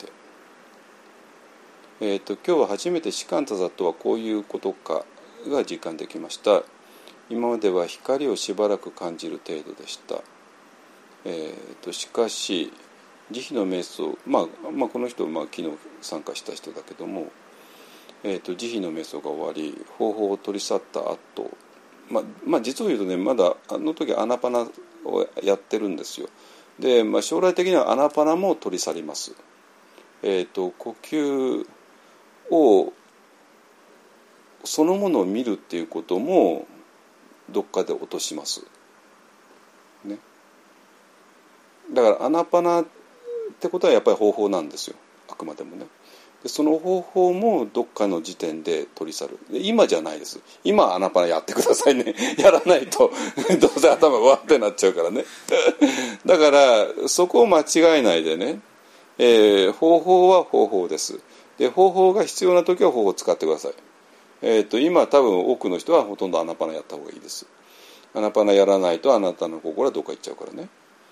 て、今日は初めて士官座とはこういうことかが実感できました。今までは光をしばらく感じる程度でした。しかし慈悲の瞑想、この人は昨日参加した人だけども、慈悲の瞑想が終わり方法を取り去った後、実を言うとねまだあの時アナパナをやってるんですよ。で、将来的にはアナパナも取り去ります。呼吸をそのものを見るっていうこともどっかで落とします、ね、だからアナパナってことはやっぱり方法なんですよ、あくまでもね。でその方法もどっかの時点で取り去る。で今じゃないです。今はアナパナやってくださいねやらないとどうせ頭わってなっちゃうからねだからそこを間違えないでね、方法は方法です。で方法が必要な時は方法を使ってください。今多分多くの人はほとんどアナパナやった方がいいです。アナパナやらないとあなたの心はどっか行っちゃうからね。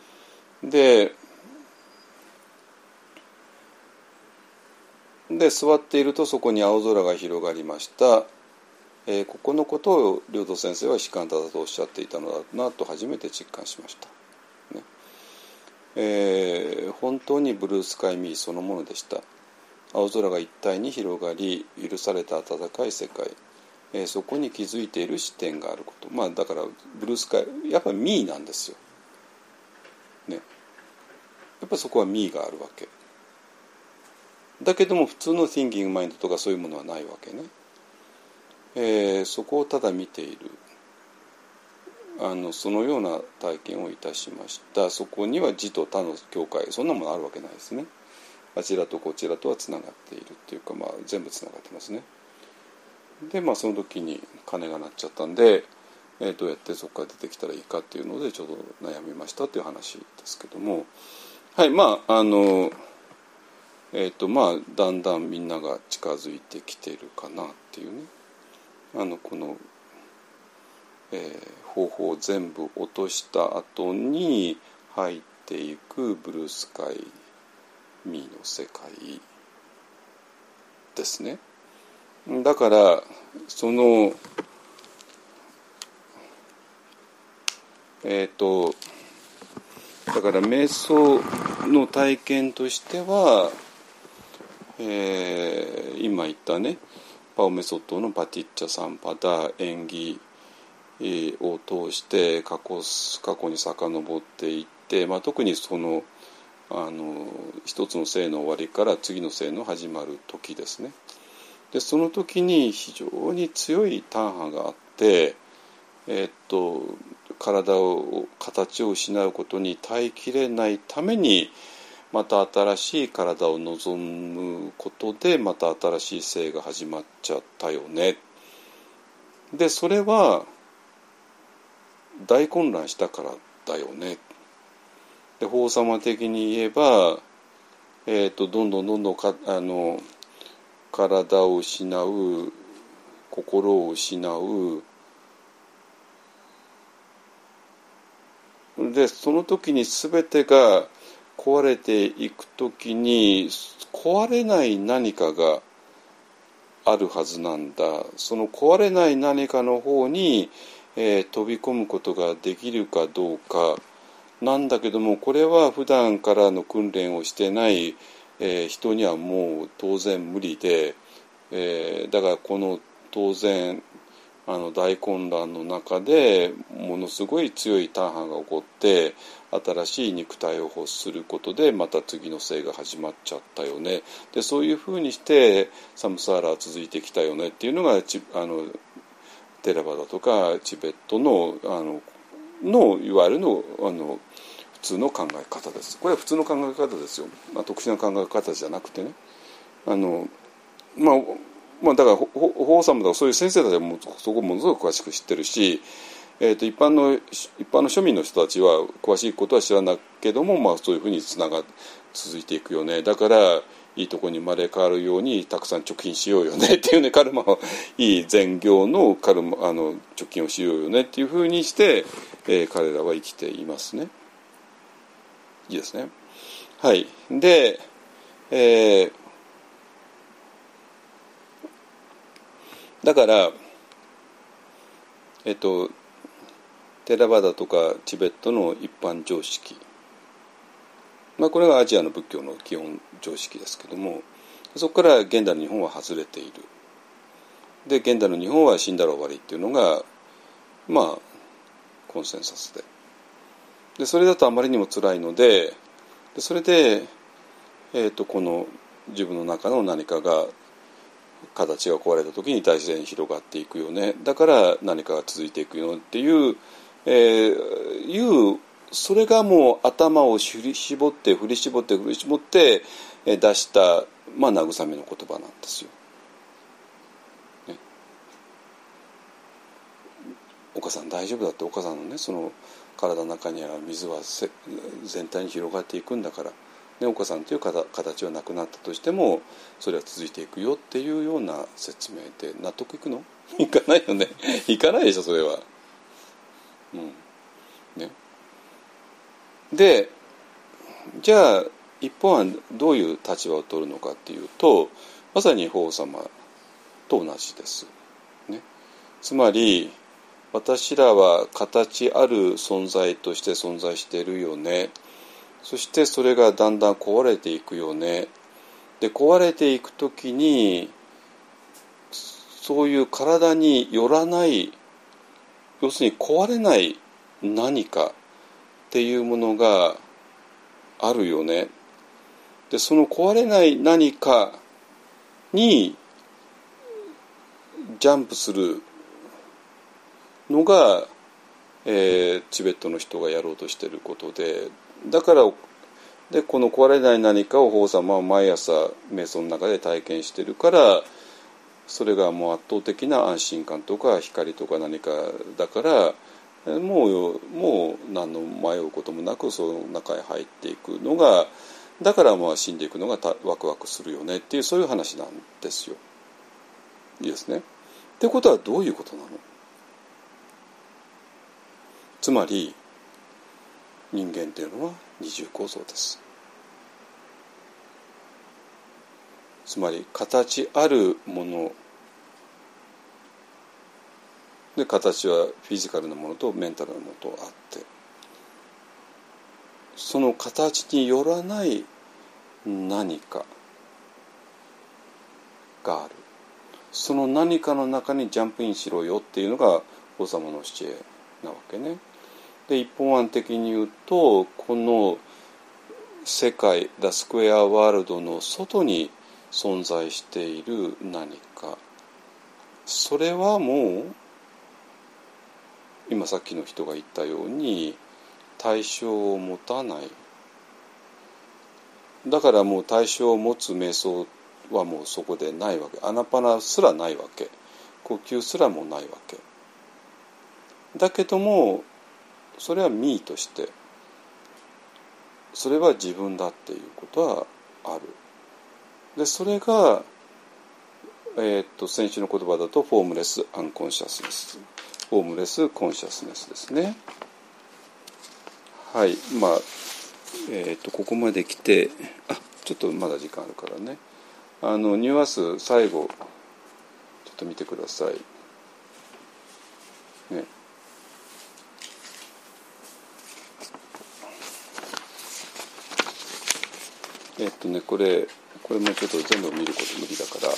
で座っているとそこに青空が広がりました。ここのことを良道先生は士官座だとおっしゃっていたのだなと初めて実感しました、ね。本当にブルースカイミーそのものでした。青空が一体に広がり許された温かい世界、そこに気づいている視点があること、だからブルースカイやっぱりミーなんですよ、ね、やっぱりそこはミーがあるわけだけども普通の Thinking Mind とかそういうものはないわけね。そこをただ見ているそのような体験をいたしました。そこには自と他の境界そんなものあるわけないですね。あちらとこちらとはつながっているっていうか、全部つながってますね。でその時に鐘が鳴っちゃったんで、どうやってそこから出てきたらいいかっていうのでちょっと悩みましたっていう話ですけども、はいだんだんみんなが近づいてきているかなっていうね、この、方法を全部落とした後に入っていくブルースカイミーの世界ですね。だからそのだから瞑想の体験としては、今言ったねパオメソッドのパティッチャサンパダ縁起を通して過去に遡っていって、特にその一つの生の終わりから次の生の始まる時ですね。でその時に非常に強いターン波があって、形を失うことに耐えきれないためにまた新しい体を望むことでまた新しい生が始まっちゃったよね。でそれは大混乱したからだよね。で法様的に言えば、どんどん体体を失う、心を失う。でその時に全てが壊れていく時に壊れない何かがあるはずなんだ。その壊れない何かの方に、飛び込むことができるかどうかなんだけども、これは普段からの訓練をしてない、人にはもう当然無理で、だからこの当然大混乱の中でものすごい強いターンが起こって新しい肉体を欲することでまた次の生が始まっちゃったよね。でそういうふうにしてサムサーラは続いてきたよねっていうのがテラバだとかチベットのいわゆるの普通の考え方です。これは普通の考え方ですよ。特殊な考え方じゃなくてね。だから法皇様とかそういう先生たちはもうそこをものすごく詳しく知ってるし、一般の庶民の人たちは詳しいことは知らないけども、そういうふうに続いていくよね。だからいいとこに生まれ変わるようにたくさん貯金しようよねっていうね、カルマをいい善行の貯金をしようよねっていうふうにして、彼らは生きていますね。いいですね。はい。で、だからテラバダとかチベットの一般常識、これがアジアの仏教の基本常識ですけども、そこから現代の日本は外れている。で現代の日本は死んだら終わりっていうのがコンセンサスで、それだとあまりにも辛いので、それで、この自分の中の何かが形が壊れた時に大自然に広がっていくよね。だから何かが続いていくよっていう、それがもう頭を振り絞って出した、慰めの言葉なんですよ。ね、お母さん大丈夫だって、お母さんのねその体の中にある水は全体に広がっていくんだから。お母さんという形はなくなったとしてもそれは続いていくよっていうような説明で納得いくの？いかないよね。いかないでしょそれは。ね。でじゃあ一方はどういう立場を取るのかっていうと、まさに法皇様と同じです。ね。つまり私らは形ある存在として存在しているよね。そしてそれがだんだん壊れていくよね。で壊れていくときにそういう体によらない、要するに壊れない何かっていうものがあるよね。でその壊れない何かにジャンプするのが、チベットの人がやろうとしていることで、だからこの壊れない何かを法皇様は毎朝瞑想の中で体験しているから、それがもう圧倒的な安心感とか光とか何かだから、もう何の迷うこともなくその中へ入っていくのが、だから死んでいくのがワクワクするよねっていう、そういう話なんですよ。いいですね。ってことはどういうことなの？つまり人間っていうのは二重構造です。つまり形あるもので、形はフィジカルなものとメンタルなものとあって、その形によらない何かがある。その何かの中にジャンプインしろよっていうのが王様の教えなわけね。で一本案的に言うと、この世界ダスクエアワールドの外に存在している何か、それはもう今さっきの人が言ったように対象を持たない。だからもう対象を持つ瞑想はもうそこでないわけ。アナパナすらないわけ。呼吸すらもないわけ。だけどもそれはミーとして、それは自分だっていうことはある。でそれが先週の言葉だとフォームレスアンコンシャスネス、フォームレスコンシャスネスですね。はい、まあここまで来て、ちょっとまだ時間あるからね、ニュアンス最後ちょっと見てくださいね。これもちょっと全部見ること無理だから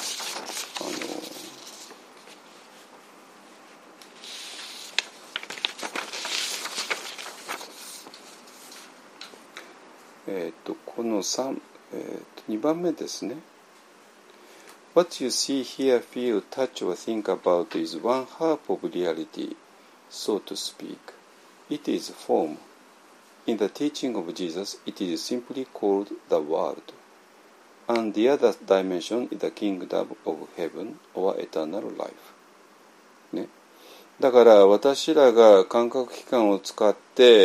この2番目ですね。What you see, hear, feel, touch or think about is one half of reality, so to speak. It is form. In the teaching of Jesus, it is simply called the world. And the other dimension is the kingdom of heaven or eternal life. ね。だから私らが感覚器官を使って、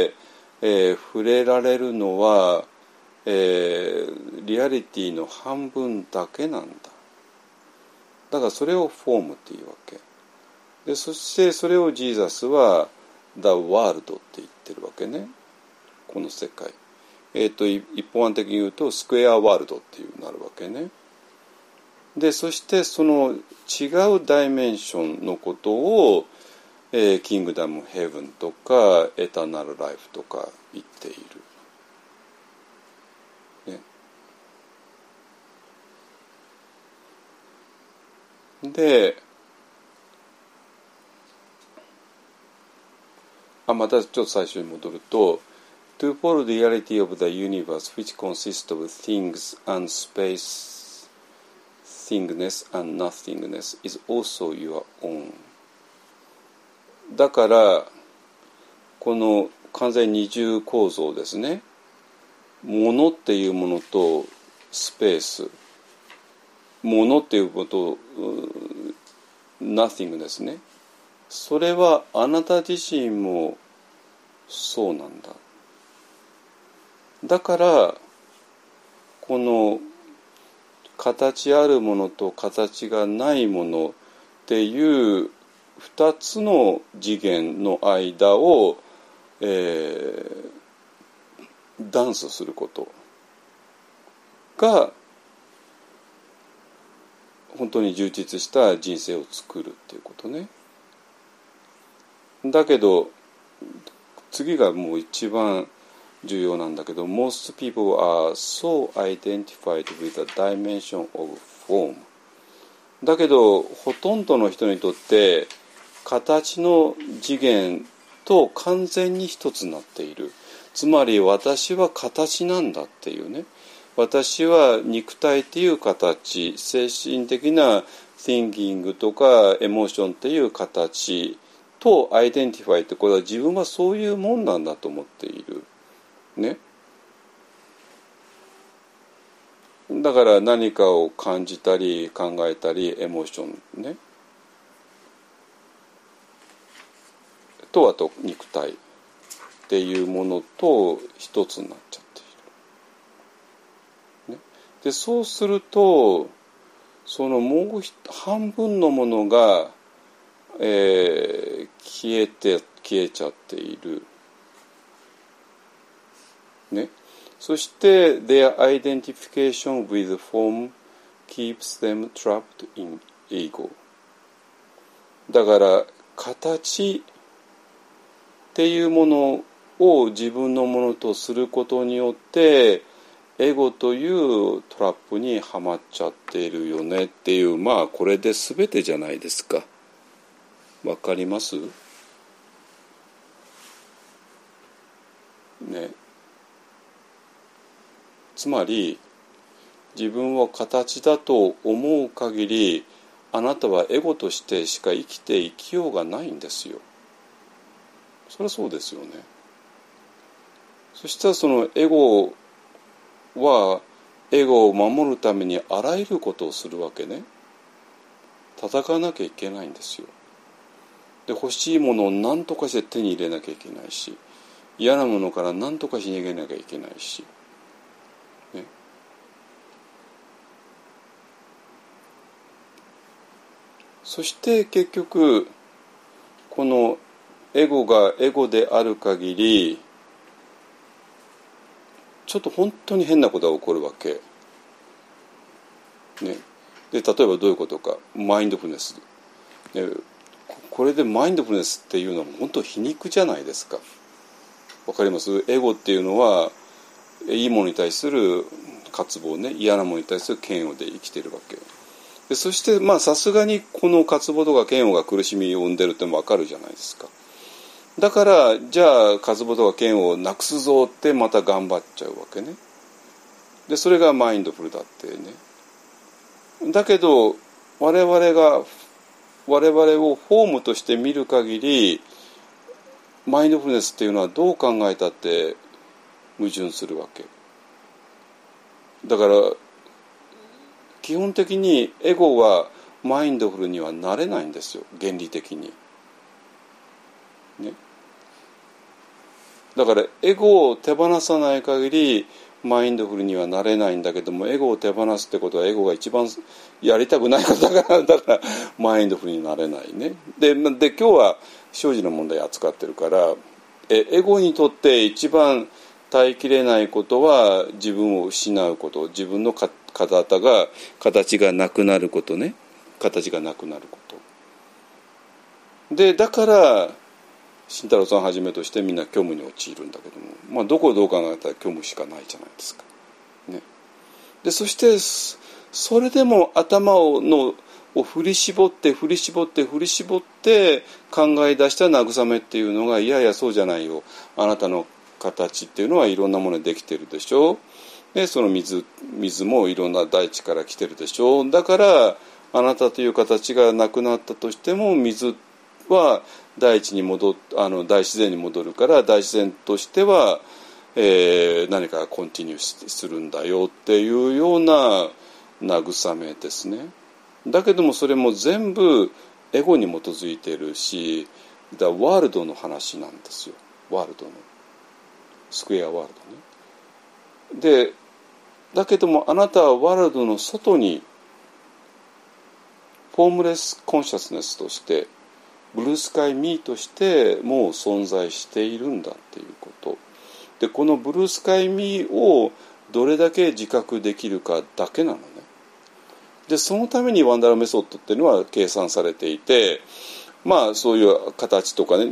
触れられるのは、リアリティの半分だけなんだ。だからそれをフォームっていうわけで、そしてそれをジーザスは The World って言ってるわけね、この世界。一般的に言うとスクエアワールドっていうなるわけね。でそしてその違うダイメンションのことを、キングダムヘブンとかエターナルライフとか言っている、ね、でまたちょっと最初に戻るとTwofold reality of the universe, which consists of things and space, thingness and nothingness, is also your own. だからこの完全二重構造ですね。ものっていうものとスペース、ものっていうこと、nothing ですね。それはあなた自身もそうなんだ。だからこの形あるものと形がないものっていう2つの次元の間を、ダンスすることが本当に充実した人生を作るっていうことね。だけど次がもう一番重要なんだけど Most people are so identified with a dimension of form だけどほとんどの人にとって形の次元と完全に一つになっている。つまり私は形なんだっていうね、私は肉体っていう形、精神的な thinking とかエモーションっていう形とアイデンティファイってこれは自分はそういうもんなんだと思っているね。だから何かを感じたり考えたりエモーションねとあと肉体っていうものと一つになっちゃっている、ね、でそうするとそのもう半分のものが、消えちゃっているね。そして their identification with form keeps them trapped in ego だから形っていうものを自分のものとすることによってエゴというトラップにはまっちゃっているよねっていう、まあこれで全てじゃないですか。わかりますね。つまり自分を形だと思う限りあなたはエゴとしてしか生きようがないんですよ。それはそうですよね。そしたらそのエゴはエゴを守るためにあらゆることをするわけね。戦わなきゃいけないんですよ。で欲しいものを何とかして手に入れなきゃいけないし、嫌なものから何とかし逃げなきゃいけないし、ね、 そして結局このエゴがエゴである限りちょっと本当に変なことが起こるわけ、ね、で例えばどういうことか、マインドフルネス、ね、これでマインドフルネスっていうのは本当皮肉じゃないですか。わかります？エゴっていうのはいいものに対する渇望ね、嫌なものに対する嫌悪で生きているわけで、そしてさすがにこの渇望とか嫌悪が苦しみを生んでるってもわかるじゃないですか。だからじゃあ渇望とか嫌悪をなくすぞってまた頑張っちゃうわけね。でそれがマインドフルだってね。だけど我々をフォームとして見る限りマインドフルネスっていうのはどう考えたって矛盾するわけだから、基本的にエゴはマインドフルにはなれないんですよ、原理的に、ね、だからエゴを手放さない限りマインドフルにはなれないんだけども、エゴを手放すってことはエゴが一番やりたくないことだからマインドフルになれないね。で今日は生死の問題扱ってるから、エゴにとって一番耐えきれないことは自分を失うこと、自分の形がなくなることね、形がなくなることで、だから慎太郎さんはじめとしてみんな虚無に陥るんだけども、どこをどう考えたら虚無しかないじゃないですか、ね、でそしてそれでも頭を振り絞って考え出した慰めっていうのが、いやいやそうじゃないよ、あなたの形っていうのはいろんなものでできてるでしょ。でその水もいろんな大地から来てるでしょ。だからあなたという形がなくなったとしても水は大自然に戻るから、大自然としては、何かコンティニューするんだよっていうような慰めですね。だけどもそれも全部エゴに基づいているし、ワールドの話なんですよ。ワールドのスクエアワールドね。でだけどもあなたはワールドの外にフォームレスコンシャスネスとして、ブルースカイミーとしてもう存在しているんだっていうことで、このブルースカイミーをどれだけ自覚できるかだけなのね。でそのためにワンダラメソッドっていうのは計算されていて、そういう形とかね、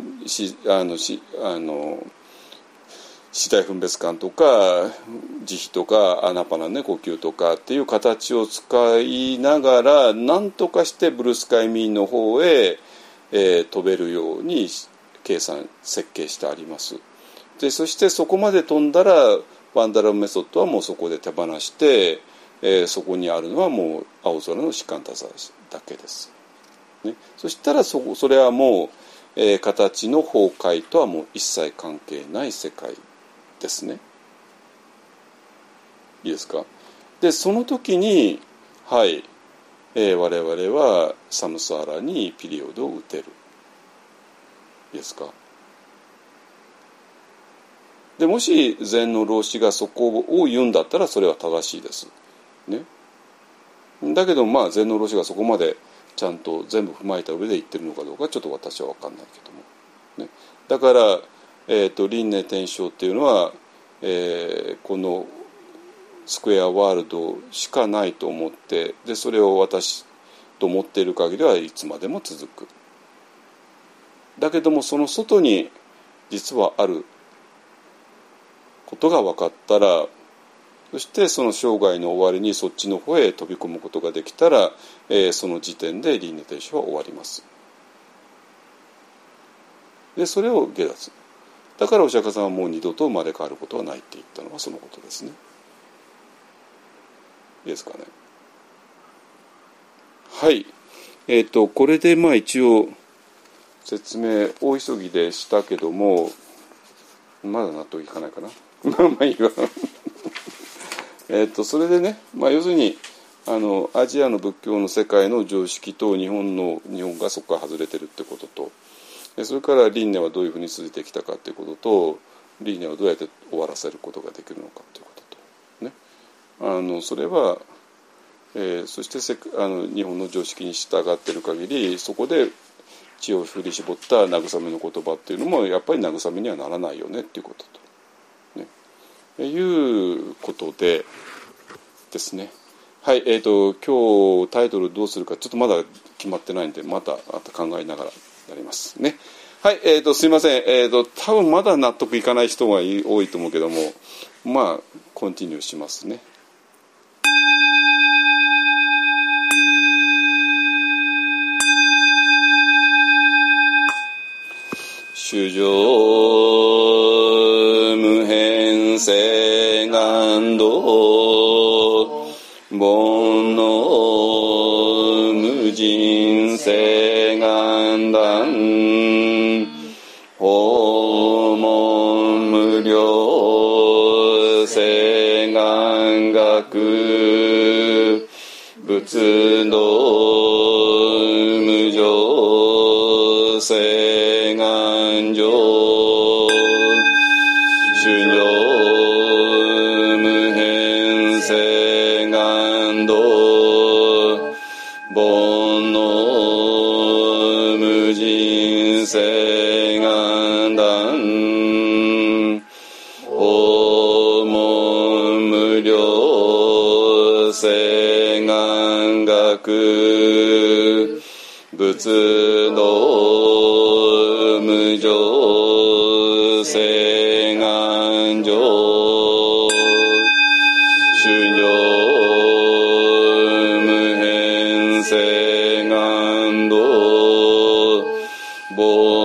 肢体分別感とか慈悲とかアナパナね、呼吸とかっていう形を使いながら何とかしてブルースカイミーの方へ、飛べるように設計してあります。でそしてそこまで飛んだらワンダラメソッドはもうそこで手放して、そこにあるのはもう青空の士官多座だけです、ね、そしたらそれはもう、形の崩壊とはもう一切関係ない世界ですね。いいですか。でその時にはい、我々はサムサーラにピリオドを打てる。いいですか。でもし禅の老子がそこを言うんだったらそれは正しいです、ね、だけど禅の老子がそこまでちゃんと全部踏まえた上で言ってるのかどうかちょっと私は分かんないけども、ね、だから、輪廻転生っていうのは、このスクエアワールドしかないと思って、でそれを私と思っている限りはいつまでも続く。だけどもその外に実はあることが分かったら、そしてその生涯の終わりにそっちの方へ飛び込むことができたら、その時点で輪廻転生は終わります。でそれを下脱。だからお釈迦さんはもう二度と生まれ変わることはないって言ったのはそのことですね。いいですかね。はい。これで一応説明大急ぎでしたけども、まだ納得いかないかな。いいわ。それでね、要するにアジアの仏教の世界の常識と日本がそこから外れてるってことと、それから輪廻はどういうふうに続いてきたかっていうことと、輪廻をどうやって終わらせることができるのかっていうこととね、それはそして日本の常識に従っている限り、そこで知を振り絞った慰めの言葉っていうのもやっぱり慰めにはならないよねっていうことと、ね、いうことでですね。はい、今日タイトルどうするかちょっとまだ決まってないんで、また考えながらやりますね。はい、すいません、多分まだ納得いかない人が多いと思うけども、まあコンティニューしますね。衆生無変性願道煩悩無尽性願断訪問無量性願学仏道無常性願上衆生無変性願道煩悩無尽性願断訪問無量性願学仏道無常性願上衆生無変性願道煩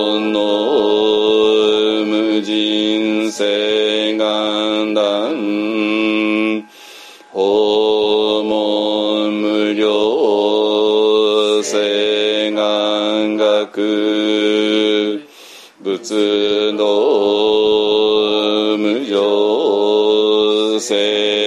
悩無尽性願断訪問無量性願学仏道無常性